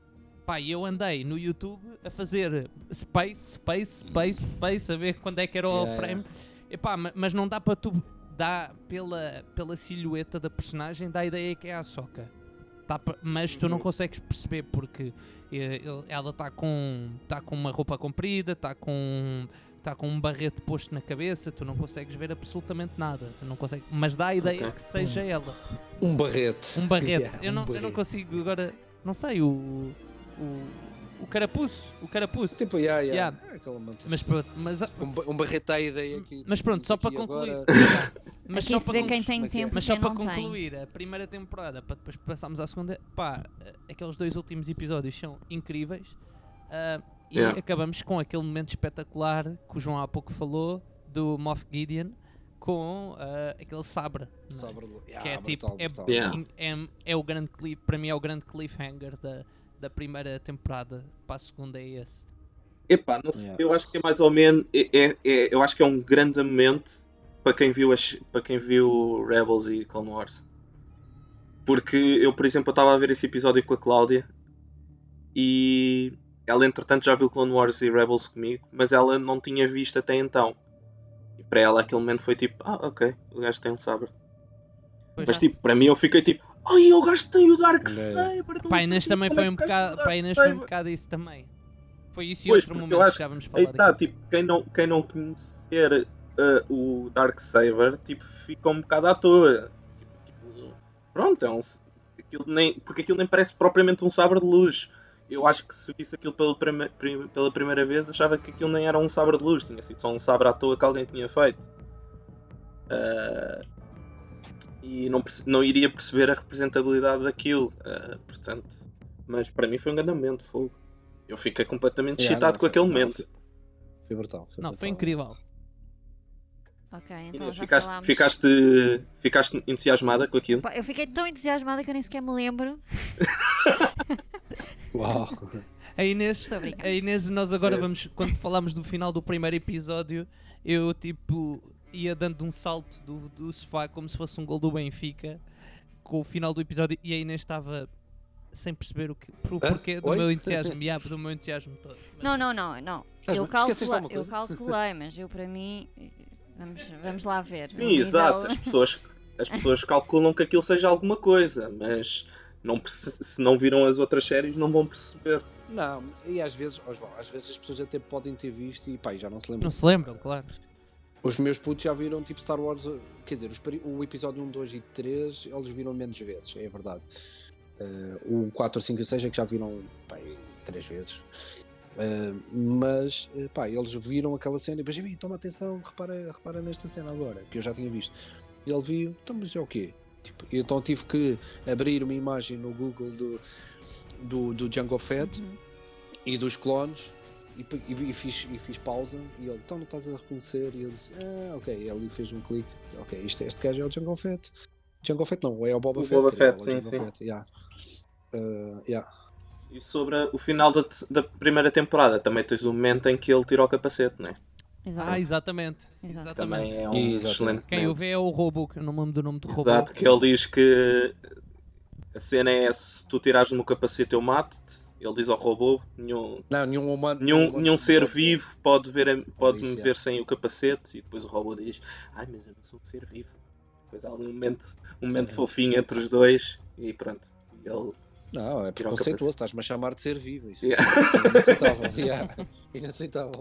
Pá, e eu andei no YouTube a fazer space, a ver quando é que era o frame. Epá, mas não dá para tu... Dá pela silhueta da personagem, dá a ideia que é a Ahsoka. Mas tu não consegues perceber porque ela está com uma roupa comprida, está com um barrete posto na cabeça, tu não consegues ver absolutamente nada. Tu não consegues, mas dá a ideia que seja ela. Um barrete. Yeah, eu não barrete. consigo agora, não sei, o carapuço. Tipo, aquela manta. Mas pronto, Um barrete à ideia aqui. mas pronto, só para aqui concluir. agora. Mas Aqui só se para vê concluir. quem tem tempo Mas e só quem para não tem. concluir a primeira temporada, para depois passarmos à segunda, pá, aqueles 2 últimos episódios são incríveis. E acabamos com aquele momento espetacular que o João há pouco falou, do Moff Gideon, com aquele sabre. Que é tipo, é o grande cliff, para mim é o grande cliffhanger da primeira temporada, para a segunda é esse. Epá, não sei, eu acho que é mais ou menos, eu acho que é um grande momento para quem viu Rebels e Clone Wars. Porque eu, por exemplo, estava a ver esse episódio com a Cláudia e ela entretanto já viu Clone Wars e Rebels comigo, mas ela não tinha visto até então. E para ela aquele momento foi tipo, ok, o gajo tem um sabre. Mas tipo, para mim eu fiquei tipo, ai, o gajo tem o Darksaber. Pá, Inês também foi um bocado isso também. Foi isso e outro momento que já vamos falar daqui. Tipo, quem não conhecer o Darksaber, tipo, fica um bocado à toa. Tipo, pronto, porque aquilo nem parece propriamente um sabre de luz. Eu acho que se visse aquilo pela primeira vez, achava que aquilo nem era um sabre de luz, tinha sido só um sabre à toa que alguém tinha feito. E não iria perceber a representabilidade daquilo. Portanto, mas para mim foi um grande momento, fogo. Eu fiquei completamente excitado com aquele momento. Foi brutal. Não, foi incrível. Ok, então Inês, já falámos. ficaste entusiasmada com aquilo? Pá, eu fiquei tão entusiasmada que eu nem sequer me lembro. Uau. A Inês, Estou a brincar. nós agora vamos, quando falámos do final do primeiro episódio, eu tipo ia dando um salto do sofá como se fosse um gol do Benfica com o final do episódio e a Inês estava sem perceber o porquê do meu entusiasmo todo. Mas... Não. Eu calculei, mas eu para mim, vamos lá ver. Sim, exato. As pessoas calculam que aquilo seja alguma coisa, mas se não viram as outras séries não vão perceber. Não, e às vezes as pessoas até podem ter visto e pá, já não se lembram. Não se lembram, claro. Os meus putos já viram tipo Star Wars, quer dizer, o episódio 1, 2 e 3 eles viram menos vezes, é verdade. O 4, 5 e 6 é que já viram 3 vezes. Mas pá, eles viram aquela cena e Benjamin, toma atenção, repara nesta cena agora, que eu já tinha visto. E ele viu, então mas é o quê? Tipo, então tive que abrir uma imagem no Google do Jango Fett e dos clones e fiz pausa e ele, então não estás a reconhecer? E ele disse, ok, ele fez um clique, ok, este gajo é o Jango Fett. Jango Fett não, é o Boba Fett. Boba Fett, sim. Fett, yeah. E sobre o final da primeira temporada, também tens o momento em que ele tira o capacete, não é? Exato. Exatamente. Também é um excelente Quem o vê é o robô, que eu não me lembro do nome do robô. Exato, que ele diz que a cena é, se tu tirares no capacete eu mato-te. Ele diz ao robô, nenhum humano, nenhum ser vivo pode me ver sem o capacete. E depois o robô diz, mas eu não sou um ser vivo. Depois há um momento fofinho entre os dois e pronto. Ele não, é preconceituoso, estás-me a chamar de ser vivo. Isso é inaceitável.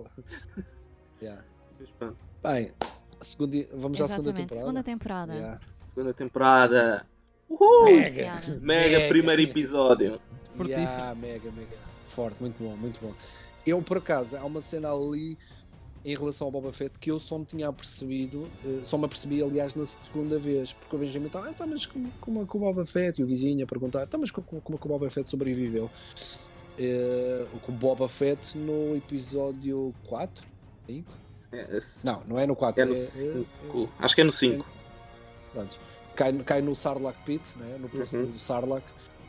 Bem, vamos à segunda temporada. Segunda temporada. Uhul! Mega primeiro episódio. Fortíssimo. Mega forte, muito bom. Eu, por acaso, há uma cena ali em relação ao Boba Fett que eu só me tinha apercebido, só me apercebi, aliás, na segunda vez, porque o Benjamin estava, mas como é que o Boba Fett, e o Guizinho a perguntar, mas como é que o Boba Fett sobreviveu? O Boba Fett no episódio 4? 5? Não é no 4. É no 5. Acho que é no 5. Pronto. Cai no Sarlacc Pit, né? No posto do Sarlacc.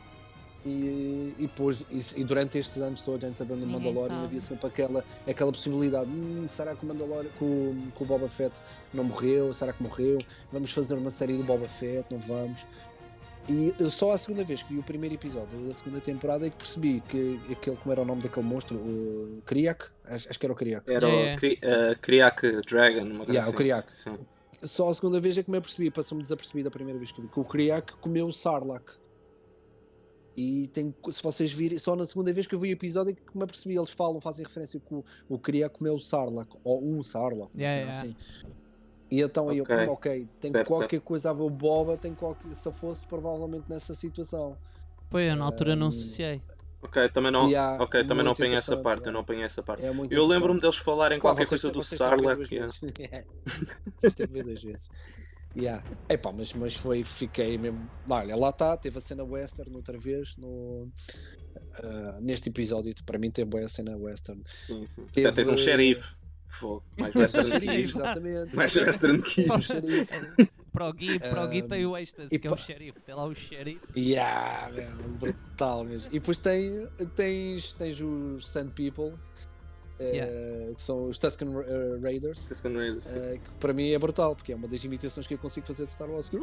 E durante estes anos todos, antes da Mandalorian, havia sempre aquela possibilidade. Será que o Mandalorian, que o Boba Fett não morreu? Será que morreu? Vamos fazer uma série do Boba Fett? Não vamos? E eu só a segunda vez que vi o primeiro episódio da segunda temporada é que percebi que aquele, como era o nome daquele monstro, o Kriak, acho que era o Kriak. Era o Kriak Dragon, uma coisa assim. O Kriak. Sim. Só a segunda vez é que me apercebi, passou-me desapercebido a primeira vez que vi, que o Kriak comeu o Sarlacc. E se vocês virem, só na segunda vez que eu vi o episódio é que me apercebi, eles fazem referência que o Kriak comeu o Sarlacc, ou um Sarlacc, assim. E então tem qualquer coisa a ver, o Boba tem qualquer, se eu fosse provavelmente nessa situação. Pois, eu na altura não associei. Também não muito apanhei essa interessante, parte, eu não apanhei essa parte. É muito Eu lembro-me interessante. deles falarem Claro, qualquer coisa do vocês têm que ver Sarlacc. duas vezes. Vocês têm que ver 2 vezes. Epá, mas fiquei mesmo. Olha, lá está, teve a cena western outra vez neste episódio. Para mim tem boa a cena western. Sim. Tens um xerife. Mais western que isso. Exatamente. Mais western que isso. Um xerife. Para o Gui tem o êxtase, que é o xerife. Tem lá o xerife. Brutal mesmo. E depois tens os Sand People, que são os Tusken Raiders. Que para mim é brutal, porque é uma das imitações que eu consigo fazer de Star Wars.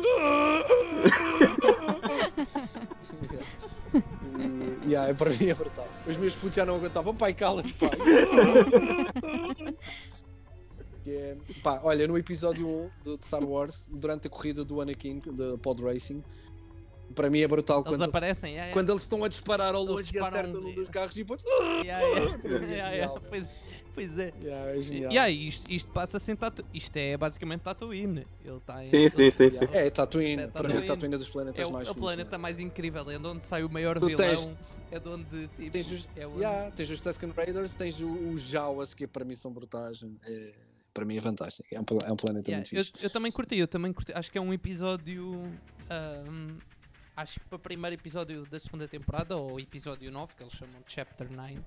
Para mim é brutal. Os meus putos já não aguentavam. Pai, cala-te, pai. Olha, no episódio 1 de Star Wars, durante a corrida do Anakin, da Pod Racing, para mim é brutal eles aparecem, quando eles estão a disparar ao longe e acertam num dos carros e depois. Pois é. É genial. Isto passa-se em Tatooine. Isto é basicamente Tatooine. Ele está em. Sim. É Tatooine. Para mim, Tatooine é dos planetas mais o planeta mais incrível. É de onde sai o maior tu vilão. É de onde. Tipo, tens os Tusken Raiders, tens os Jawas, que para mim são brutais. Para mim é fantástico. É um planeta muito fixe. Eu também curti. Acho que é um episódio. Acho que para o primeiro episódio da segunda temporada, ou episódio 9, que eles chamam de Chapter 9,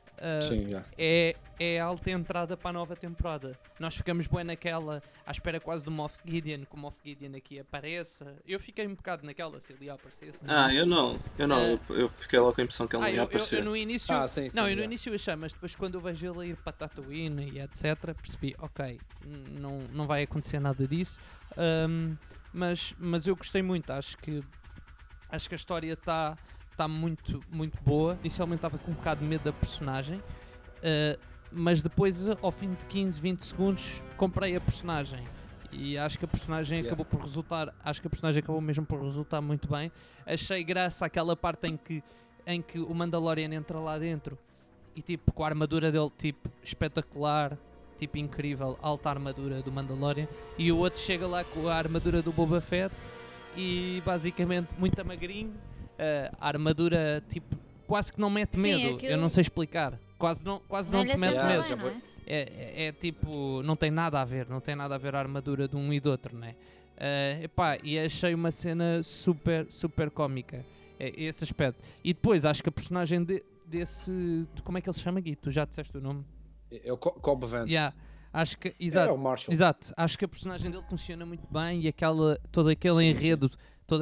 é a alta entrada para a nova temporada. Nós ficamos bem naquela, à espera quase do Moff Gideon, que o Moff Gideon aqui apareça. Eu fiquei um bocado naquela, se ele ia aparecer. Eu não. Eu fiquei logo com a impressão que ele não ia aparecer. Eu no início, no início achei, mas depois quando eu vejo ele ir para Tatooine e etc, percebi, ok, não vai acontecer nada disso. Mas eu gostei muito, acho que a história está muito, muito boa. Inicialmente estava com um bocado de medo da personagem, mas depois, ao fim de 15, 20 segundos, comprei a personagem. E acho que a personagem acabou por resultar. Acho que a personagem acabou mesmo por resultar muito bem. Achei graça àquela parte em que o Mandalorian entra lá dentro e tipo com a armadura dele tipo espetacular, tipo incrível, alta armadura do Mandalorian, e o outro chega lá com a armadura do Boba Fett e basicamente muito magrinho, a armadura tipo quase que não mete medo. Aquilo... Eu não sei explicar, quase não te mete medo. Também, É tipo, não tem nada a ver a armadura de um e do outro, né? E achei uma cena super, super cómica, esse aspecto. E depois acho que a personagem desse, como é que ele se chama, Gui? Tu já disseste o nome? É o Cobb Vanth. Acho que, exato, é o Marshall. Exato, acho que a personagem dele funciona muito bem e todo aquele enredo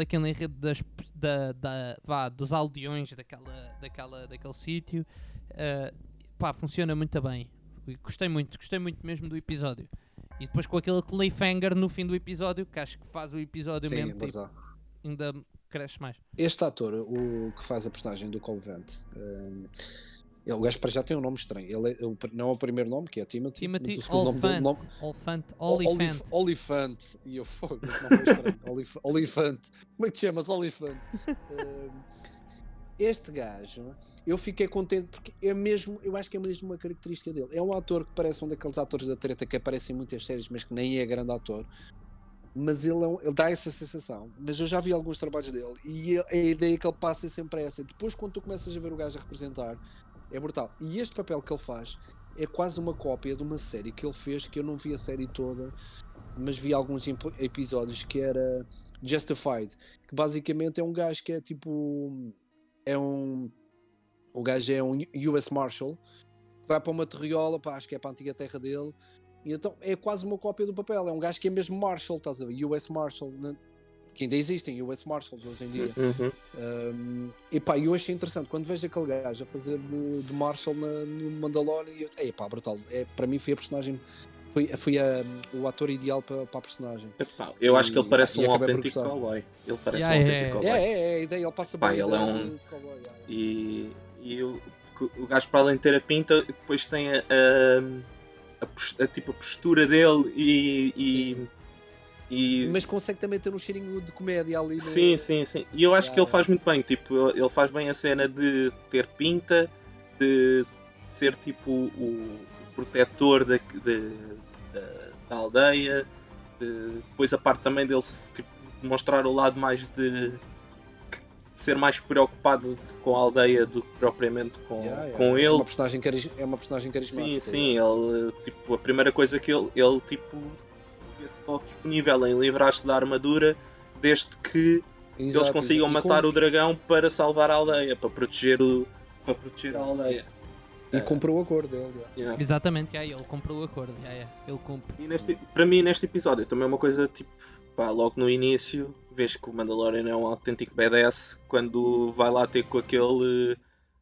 dos aldeões daquele sítio, funciona muito bem. Gostei muito mesmo do episódio. E depois com aquele cliffhanger no fim do episódio, que acho que faz o episódio mesmo tipo, ainda cresce mais. Este ator, o que faz a personagem do Cobb Vanth, o gajo para já tem um nome estranho. Ele não é o primeiro nome, que é Timothy Olyphant. E eu fogo, não é estranho. Olyphant. Como é que te chamas? Olyphant. Este gajo, eu fiquei contente porque eu acho que é mesmo uma característica dele. É um ator que parece um daqueles atores da treta que aparecem em muitas séries, mas que nem é grande ator. Mas ele dá essa sensação. Mas eu já vi alguns trabalhos dele e a ideia que ele passa é sempre essa. Depois, quando tu começas a ver o gajo a representar, é brutal. E este papel que ele faz é quase uma cópia de uma série que ele fez, que eu não vi a série toda, mas vi alguns episódios, que era Justified, que basicamente é um gajo que é tipo... O gajo é um US Marshal, vai para uma terriola, acho que é para a antiga terra dele, e então é quase uma cópia do papel. É um gajo que é mesmo Marshal, estás a ver? US Marshal, que ainda existem US Marshals hoje em dia. Eu achei interessante quando vejo aquele gajo a fazer de Marshal no Mandalorian, e brutal. Para mim foi a personagem o ator ideal para a personagem. Epá, eu acho que ele parece E um acabei por autêntico gostar. cowboy. Ele parece Yeah, um yeah, autêntico É, cowboy. é a ideia, ele passa Pá, bem a ele é ideia um- de cowboy. Yeah. E o gajo, para além de ter a pinta, depois tem tipo, a postura dele e Mas consegue também ter um cheirinho de comédia ali no... sim. E eu acho que ele Yeah. faz muito bem. Tipo, ele faz bem a cena de ter pinta, de ser tipo o protetor da aldeia. Depois a parte também dele tipo, mostrar o lado mais de ser mais preocupado com a aldeia do que propriamente com É ele. uma personagem carismática. Sim, yeah. ele, tipo, a primeira coisa que ele tipo, vê-se logo disponível em livrar-se da armadura desde que eles Exato, consigam exato. matar o dragão para salvar a aldeia, para proteger a aldeia. E comprou o acordo dele. yeah. Yeah. Exatamente, ele comprou o acordo. Ele cumpre. E para mim, neste episódio, também é uma coisa tipo, pá, logo no início, vês que o Mandalorian é um autêntico badass quando vai lá ter com aquele.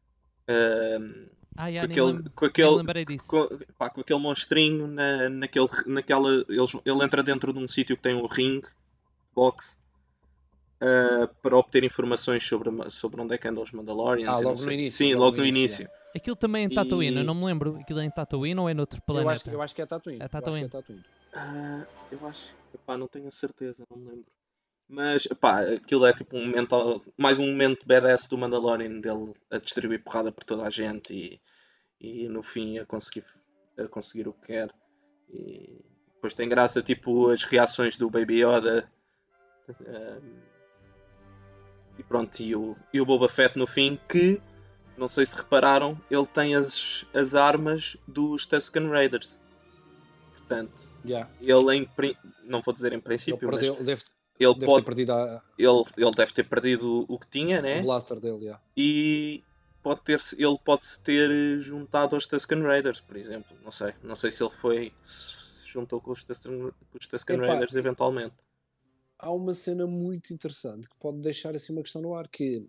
Com aquele. Nem lembrei disso. Com aquele monstrinho naquela. Ele entra dentro de um sítio que tem um ring box para obter informações sobre onde é que andam os Mandalorians. e não Logo sei. no início. Sim, logo no início. Aquilo também é em Tatooine, E- eu não me lembro. Aquilo é em Tatooine ou é noutro planeta? Eu acho que é Tatooine. É Tatooine. Eu acho. Epá, não tenho a certeza, não me lembro. Mas, epá, aquilo é tipo mais um momento badass do Mandalorian dele a distribuir porrada por toda a gente e no fim a conseguir o que quer. E depois tem graça, tipo, as reações do Baby Yoda. E pronto, e o Boba Fett no fim, que, não sei se repararam, ele tem as armas dos Tusken Raiders. Portanto, Yeah. ele não vou dizer em Ele princípio, perdeu, mas deve ele ter pode perdido ele deve ter perdido o que tinha, o né? blaster dele. Yeah. E ele pode-se ter juntado aos Tusken Raiders, por exemplo. Não sei se ele se juntou com os Tusken Epá, Raiders eventualmente. Há uma cena muito interessante que pode deixar assim uma questão no ar, que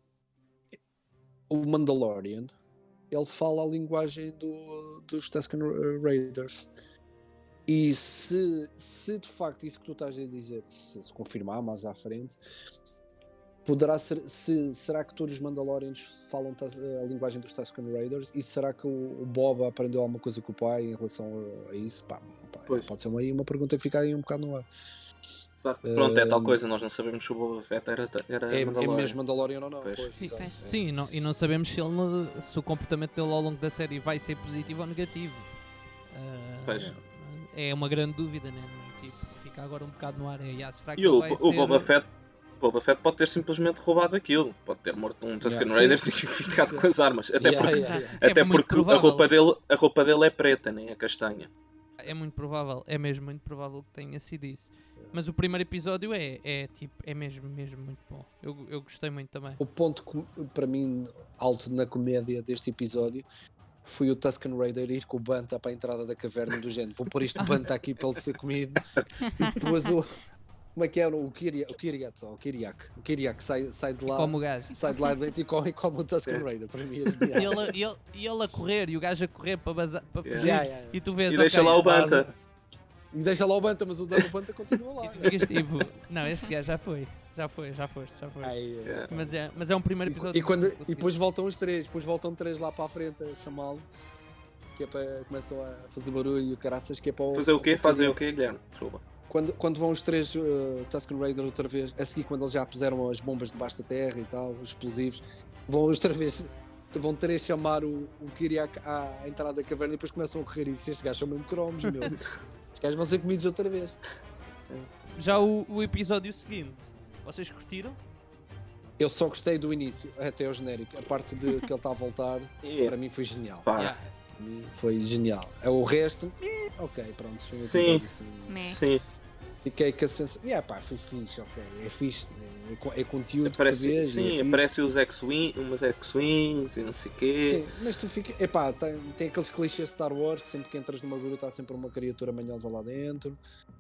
o Mandalorian, ele fala a linguagem dos Tusken Raiders. E se de facto isso que tu estás a dizer se confirmar mais à frente, poderá ser, será que todos os Mandalorians falam a linguagem dos Tusken Raiders? E será que o Boba aprendeu alguma coisa com o pai em relação a isso? Pois. Pode ser uma pergunta que fica aí um bocado no ar. Pronto, é tal coisa, nós não sabemos se o Boba Fett era É Mandalorian. mesmo Mandalorian ou não? Pois. Pois, Sim, exato. pois. Sim, e não sabemos se o comportamento dele ao longo da série vai ser positivo ou negativo. Pois. É uma grande dúvida, né? Tipo, fica agora um bocado no ar. Será que E ele vai ser... Boba Fett pode ter simplesmente roubado aquilo. Pode ter morto um Tusken Yeah, Raiders sim. e ficado com as armas. Até Yeah, porque, yeah, yeah. É até muito porque provável. a roupa dele é preta, nem é castanha. É muito provável, é mesmo muito provável que tenha sido isso. Mas o primeiro episódio é mesmo muito bom. Eu gostei muito também. O ponto para mim alto na comédia deste episódio foi o Tusken Raider ir com o Banta para a entrada da caverna do género. Vou pôr este Banta aqui para ele ser comido. E depois como é que é? O Kiriak sai de lá. Como o gajo. Sai de lá dentro e come o Tusken Raider. Para mim é genial. E ele a correr e o gajo a correr para fugir. Yeah. E tu vês, E deixa lá o Banta. E deixa lá o Banta, mas o Banta continua lá. E tu ficas tipo, não, este gajo já foi. Já foste. Yeah. Mas é um primeiro episódio. E depois voltam os três, lá para a frente a chamá-lo, que é para começam a fazer barulho e o caraças, que é para Fazer o quê? para Fazer o quê, Guilherme? Desculpa. Quando vão os três Tusken Raider outra vez, a seguir quando eles já puseram as bombas debaixo da terra e tal, os explosivos, vão outra vez, vão três chamar o Kiriak à entrada da caverna e depois começam a correr e dizem, estes gajos são mesmo cromos, meu. Os gajos vão ser comidos outra vez. Já o episódio seguinte, vocês curtiram? Eu só gostei do início, até ao genérico. A parte de que ele está a voltar, para mim foi genial. Pá, Yeah. Para mim foi genial. O resto, ok, pronto, foi um Sim. episódio assim. Meh. sim. Fiquei com a sensação, foi fixe, ok, é fixe, é conteúdo que tu Aparece, vês. sim, é fixe. aparece umas X-Wings e não sei o quê. Sim, mas tu fica, tem aqueles clichês de Star Wars que sempre que entras numa gruta há sempre uma criatura manhosa lá dentro.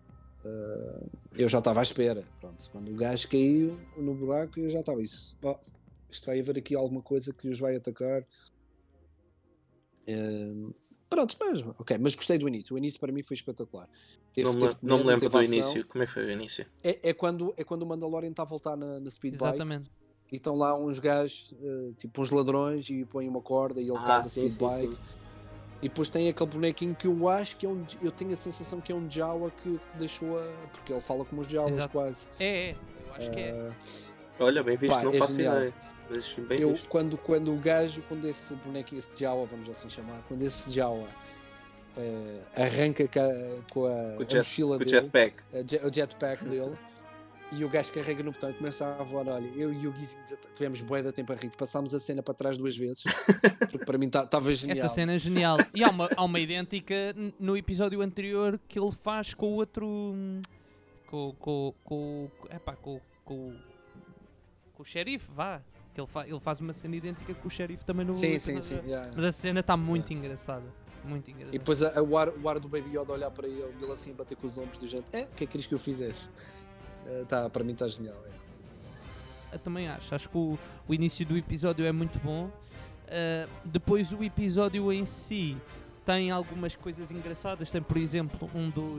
Eu já estava à espera, pronto, quando o gajo caiu no buraco eu já estava isso. Isto vai haver aqui alguma coisa que os vai atacar. Pronto, mas gostei do início. O início para mim foi espetacular. Não me Teve não me comédia, lembro teve do ação. início. Como é que foi o início? É quando o Mandalorian está a voltar na speed bike Exatamente. e estão lá uns gajos, tipo uns ladrões, e põem uma corda e ele cai da sim, speed bike. E depois tem aquele bonequinho que eu acho que é eu tenho a sensação que é um Jawa que deixou porque ele fala como os Jawas Exato. quase. Eu acho que é. Olha, bem visto, Pá, não é faço genial. ideia. Mas bem Eu, visto. quando o gajo, quando esse bonequinho, esse Jawa, vamos assim chamar, quando esse Jawa arranca com a mochila Com o dele, jetpack. o jetpack dele, e o gajo carrega no botão e começa a voar. Olha, eu e o Guizinho tivemos bué de tempo a rir, passámos a cena para trás 2 vezes, porque para mim estava genial. Essa cena é genial. E há uma idêntica no episódio anterior que ele faz com o outro. Com o xerife, vá. Que ele faz uma cena idêntica com o xerife também no Sim, episódio. sim, sim. Yeah. Mas a cena está muito engraçada. Muito engraçada. E depois o ar do Baby Yoda olhar para ele, ele assim a bater com os ombros do gente, o que é que querias que eu fizesse? Para mim está genial. Eu também acho que o início do episódio é muito bom. Depois o episódio em si tem algumas coisas engraçadas. Tem, por exemplo,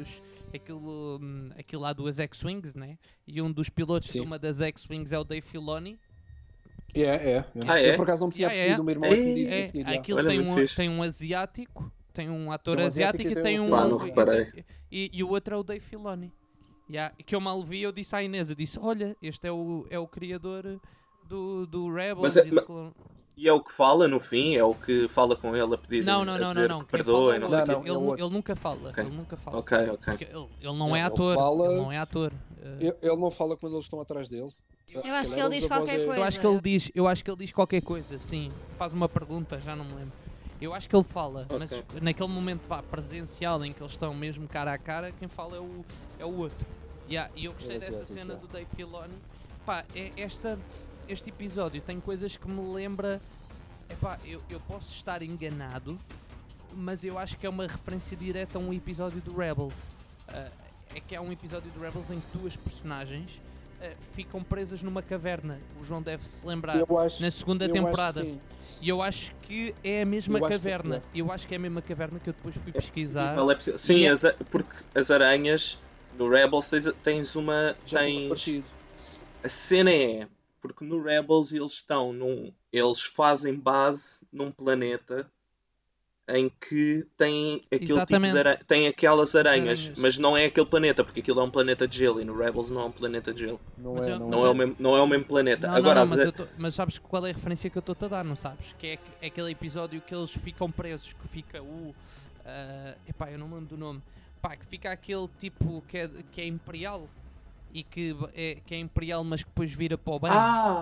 aquilo lá dos X-Wings, né? E um dos pilotos de uma das X-Wings é o Dave Filoni. É. É? Eu por acaso não tinha percebido, o meu irmão é que me disse a seguir. Aquilo Olha, tem um asiático, tem um ator Tem um asiático e tem um... Pá, não reparei. E o outro é o Dave Filoni. Que eu mal vi, eu disse à Inês, eu disse, olha, este é o criador do Rebels e do Clone... E é o que fala no fim? É o que fala com ele a pedir Não. a dizer que Quem perdoa fala e não é sei o o quê? outro. é o outro. Ele nunca fala. Ok. Ele nunca fala. Ok. Porque ele não é Ele ator. fala- Ele não é ator. Ele não fala quando eles estão atrás dele. Eu acho que ele diz qualquer coisa. Eu acho que ele diz qualquer coisa, sim. Faz uma pergunta, já não me lembro. Eu acho que ele fala, mas naquele momento presencial em que eles estão mesmo cara a cara, quem fala é o outro. E eu gostei dessa cena do Dave Filoni. Pá, este episódio tem coisas que me lembra. Epá, eu posso estar enganado, mas eu acho que é uma referência direta a um episódio do Rebels. É que há um episódio do Rebels em que 2 personagens ficam presas numa caverna. O João deve se lembrar na segunda temporada. E eu acho que é a mesma caverna. Eu acho que é a mesma caverna que eu depois fui pesquisar. Sim, porque as aranhas no Rebels tens uma. A cena é. Porque no Rebels eles fazem base num planeta em que tem aquele tipo tem aquelas aranhas, mas não é aquele planeta, porque aquilo é um planeta de gelo e no Rebels não é um planeta de gelo. Não é o mesmo planeta. Mas sabes qual é a referência que eu estou-te a dar, não sabes? Que é aquele episódio que eles ficam presos, que fica epá, eu não me lembro do nome. Pá, que fica aquele tipo que é imperial e que é imperial, mas que depois vira para o bem.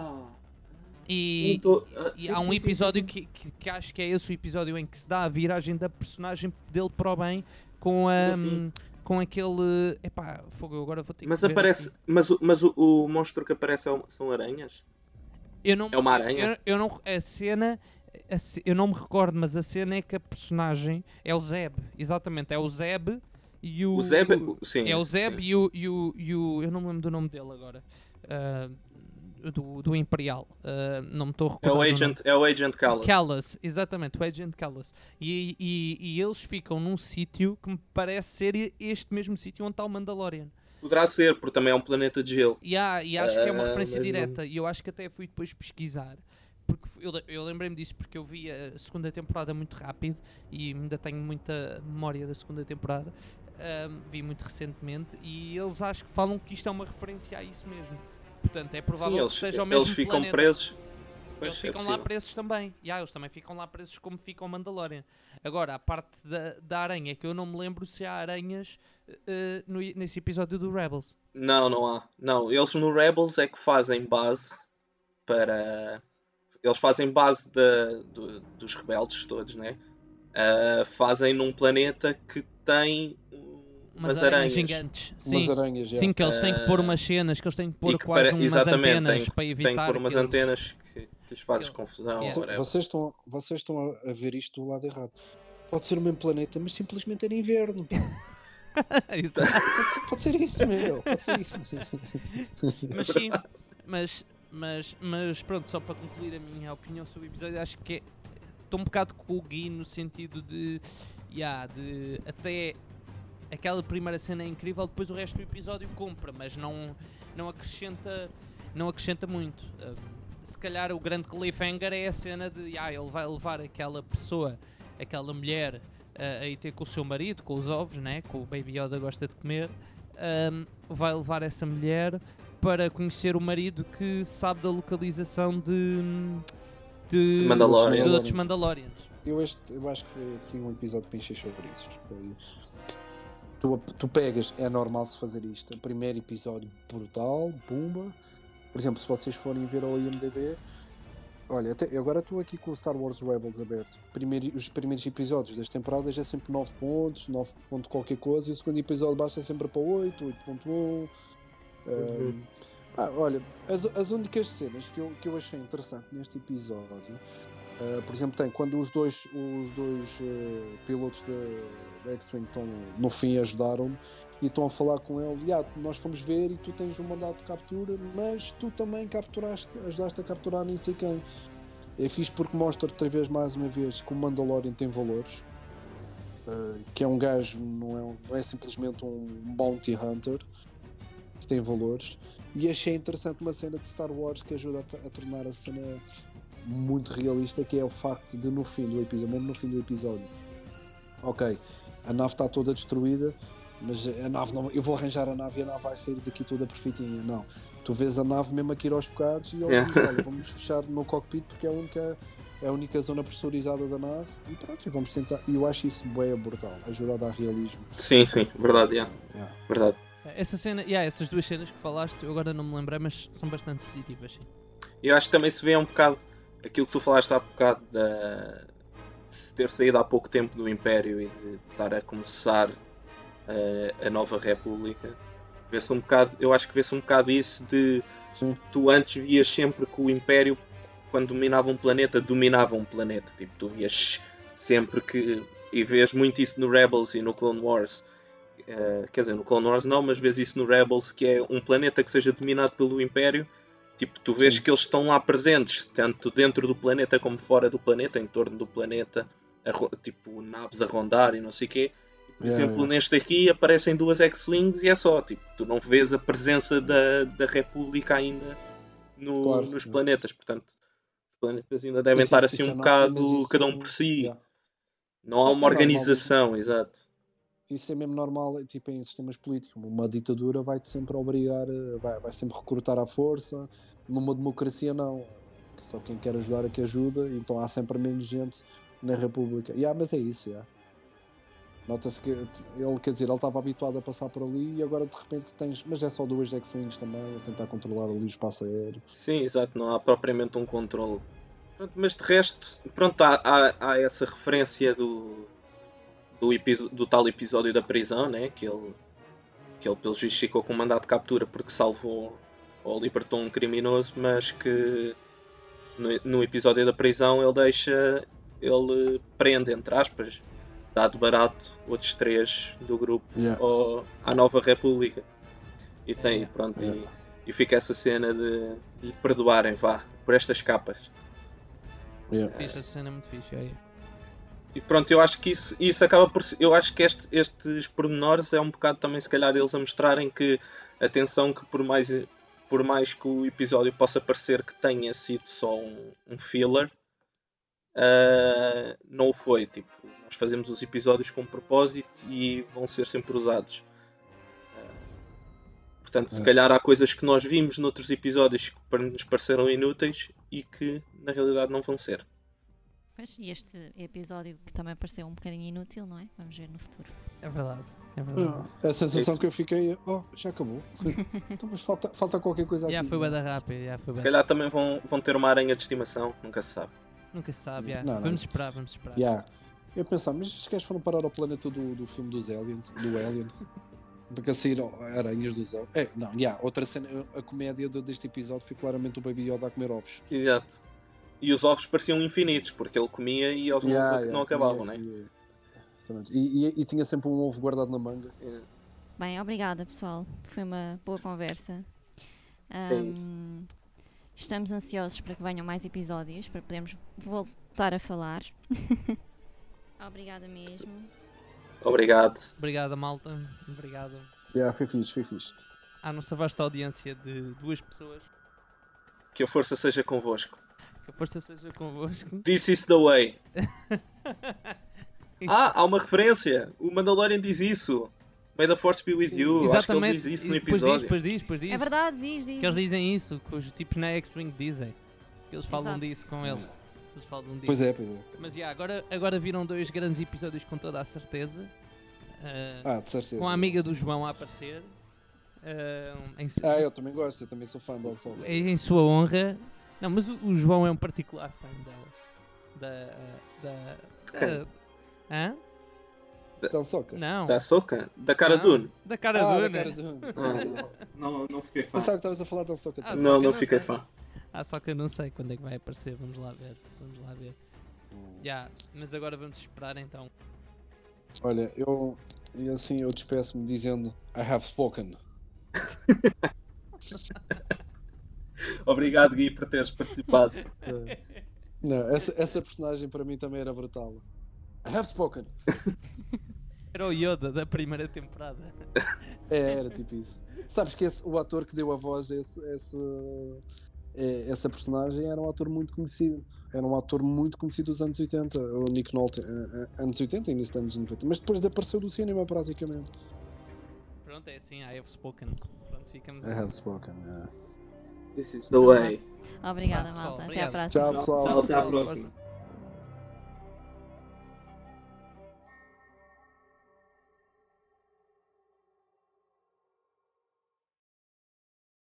E há um episódio que acho que é esse o episódio em que se dá a viragem da personagem dele para o bem com aquele. Epá, fogo, agora vou ter que ver aparece. aqui. Mas o monstro que aparece são aranhas? É uma aranha? A cena. Eu não me recordo, mas a cena é que a personagem é o Zeb. Exatamente, é o Zeb. E o Zeb, sim. É o Zeb sim. e o. Eu não me lembro do nome dele agora. Do Imperial. Não me estou a recordar. É o Agent Kallus. Kallus, exatamente, o Agent Kallus. E eles ficam num sítio que me parece ser este mesmo sítio onde está o Mandalorian. Poderá ser, porque também é um planeta de gelo. E acho que é uma referência direta. E eu acho que até fui depois pesquisar. Porque eu lembrei-me disso porque eu vi a segunda temporada muito rápido e ainda tenho muita memória da segunda temporada. Vi muito recentemente e eles acho que falam que isto é uma referência a isso mesmo. Portanto, é provável que seja o mesmo eles ficam planeta. Presos. Eles ficam lá presos também. Eles também ficam lá presos como fica o Mandalorian. Agora, a parte da aranha, que eu não me lembro se há aranhas nesse episódio do Rebels. Não há. Não, eles no Rebels é que fazem base para... Eles fazem base dos rebeldes todos, né? Fazem num planeta que tem umas aranhas gigantes. Umas aranhas, sim, que eles têm que pôr umas cenas, que eles têm que pôr quase umas antenas para evitar. Tem que pôr umas antenas que lhes fazes confusão. Vocês estão a ver isto do lado errado. Pode ser o mesmo planeta, mas simplesmente era inverno. Pode ser isso, meu. Pode ser isso. Mas sim, mas pronto, só para concluir a minha opinião sobre o episódio, acho que estou um bocado com o Gui no sentido de até aquela primeira cena é incrível, depois o resto do episódio compra, mas não acrescenta muito. Se calhar o grande cliffhanger é a cena de ele vai levar aquela pessoa, aquela mulher, a ir ter com o seu marido, com os ovos, né, que o Baby Yoda gosta de comer, vai levar essa mulher para conhecer o marido que sabe da localização de outros Mandalorians. Eu acho que foi um episódio para encher sobre isso. Tu pegas, é normal se fazer isto. O primeiro episódio brutal, pumba. Por exemplo, se vocês forem ver ao IMDb, olha, agora estou aqui com o Star Wars Rebels aberto. Os primeiros episódios das temporadas é sempre 9 pontos, 9 ponto qualquer coisa, e o segundo episódio baixa sempre para 8, 8.1. Olha, as únicas cenas que eu achei interessante neste episódio, por exemplo, tem quando os dois pilotos da X-Wing estão no fim, ajudaram-me e estão a falar com ele, nós fomos ver e tu tens um mandato de captura, mas tu também ajudaste a capturar nem sei quem. É fixe porque mostra outra vez, mais uma vez, que o Mandalorian tem valores, que é um gajo, não é simplesmente um bounty hunter, que tem valores. E achei interessante uma cena de Star Wars que ajuda a tornar a cena muito realista, que é o facto de no fim do episódio, ok, a nave está toda destruída, mas a nave não, eu vou arranjar a nave e a nave vai sair daqui toda perfeitinha. Não, tu vês a nave mesmo aqui aos bocados e ele diz, olha, vamos fechar no cockpit porque é a única zona pressurizada da nave e pronto, e vamos tentar. E eu acho isso bem brutal, ajuda a dar realismo. Sim, verdade, verdade. Essa cena, essas duas cenas que falaste, eu agora não me lembrei, mas são bastante positivas, sim. Eu acho que também se vê um bocado aquilo que tu falaste há bocado de ter saído há pouco tempo do Império e de estar a começar a Nova República. Vê-se um bocado, eu acho que vê-se um bocado isso de Sim. Tu antes vias sempre que o Império, quando dominava um planeta. Tipo, tu vias sempre que, e vês muito isso no Rebels e no Clone Wars. Quer dizer, no Clone Wars não, mas vês isso no Rebels, que é um planeta que seja dominado pelo Império. Tipo, tu vês que eles estão lá presentes, tanto dentro do planeta como fora do planeta, em torno do planeta, tipo, naves a rondar e não sei o quê. Por exemplo, neste aqui aparecem duas X-Wings e é só, tipo, tu não vês a presença da República ainda nos planetas, portanto, os planetas ainda devem estar assim um bocado, cada um por si. Não há uma organização, exato. Isso é mesmo normal, tipo, em sistemas políticos. Uma ditadura vai-te sempre obrigar, vai sempre recrutar à força. Numa democracia não, só quem quer ajudar é que ajuda, então há sempre menos gente na República. Mas é isso, nota-se que ele, quer dizer, ele estava habituado a passar por ali e agora de repente tens, mas é só duas X-Wings também, a tentar controlar ali o espaço aéreo. Sim, exato, não há propriamente um controle. Pronto, mas de resto, pronto, há essa referência do tal episódio da prisão, né? que ele pelos vistos ficou com mandato de captura porque salvou ou libertou um criminoso, mas que no episódio da prisão ele prende, entre aspas, dá de barato outros 3 do grupo à Nova República. E tem, pronto, e fica essa cena de lhe perdoarem, por estas capas. Essa cena é muito fixe, E pronto, eu acho que isso acaba por... Eu acho que estes pormenores é um bocado também, se calhar, eles a mostrarem que, atenção, que por mais que o episódio possa parecer que tenha sido só um filler, não o foi. Tipo, nós fazemos os episódios com propósito e vão ser sempre usados. Portanto, se calhar há coisas que nós vimos noutros episódios que nos pareceram inúteis e que, na realidade, não vão ser. Pois, e este episódio que também pareceu um bocadinho inútil, não é? Vamos ver no futuro. É verdade. A sensação que eu fiquei, já acabou. Então, mas falta qualquer coisa aqui. Foi bem rápido. Se calhar também vão ter uma aranha de estimação, nunca se sabe. Nunca se sabe, Não. Vamos esperar. Eu pensava, mas estes gajos foram parar ao planeta do filme dos Aliens, do Alien. Porque saíram aranhas dos ovos. Outra cena, a comédia deste episódio foi claramente o Baby Yoda a comer ovos. Exato. E os ovos pareciam infinitos, porque ele comia e eles não acabavam, né? E tinha sempre um ovo guardado na manga. Bem, obrigada, pessoal. Foi uma boa conversa. Estamos ansiosos para que venham mais episódios, para podermos voltar a falar. Obrigada mesmo. Obrigado. Obrigado, malta. Obrigado Foi fixe. à nossa vasta audiência de 2 pessoas. Que a força seja convosco. Que a força seja convosco. This is the way. Há uma referência. O Mandalorian diz isso. May the Force be with you. Acho que ele diz isso no E depois episódio. depois diz. É verdade, diz. Que eles dizem isso, que os tipos na X-Wing dizem. Que eles falam Exato. disso com ele. Eles falam disso. Pois é. Mas agora viram 2 grandes episódios com toda a certeza. De certeza. Com a amiga do João a aparecer. Eu também gosto, eu também sou fã dela. Em sua honra. Não, mas o João é um particular fã dela. Hã? Então, soca. Não. Da Ahsoka? Da Cara Dune? Da Cara Da Dune. Cara Dune. Não fiquei fã. Pensava que estavas a falar da soca. Ah, Não não fiquei sei. fã. Só que eu não sei quando é que vai aparecer. Vamos lá ver. Mas agora vamos esperar então. Olha, eu despeço-me dizendo I have spoken. Obrigado, Gui, por teres participado. Não, essa personagem para mim também era brutal. I have spoken. Era o Yoda da primeira temporada. Era tipo isso. Sabes que o ator que deu a voz a essa personagem era um ator muito conhecido. Era um ator muito conhecido dos anos 80, o Nick Nolte, anos 80 e início dos anos 90, mas depois apareceu do cinema praticamente. Pronto, é assim, I have spoken. Pronto, ficamos I have spoken, This is the way. Obrigada, Pessoal, malta. Até à obrigado. próxima. Tchau, pessoal. Tchau, até à próxima.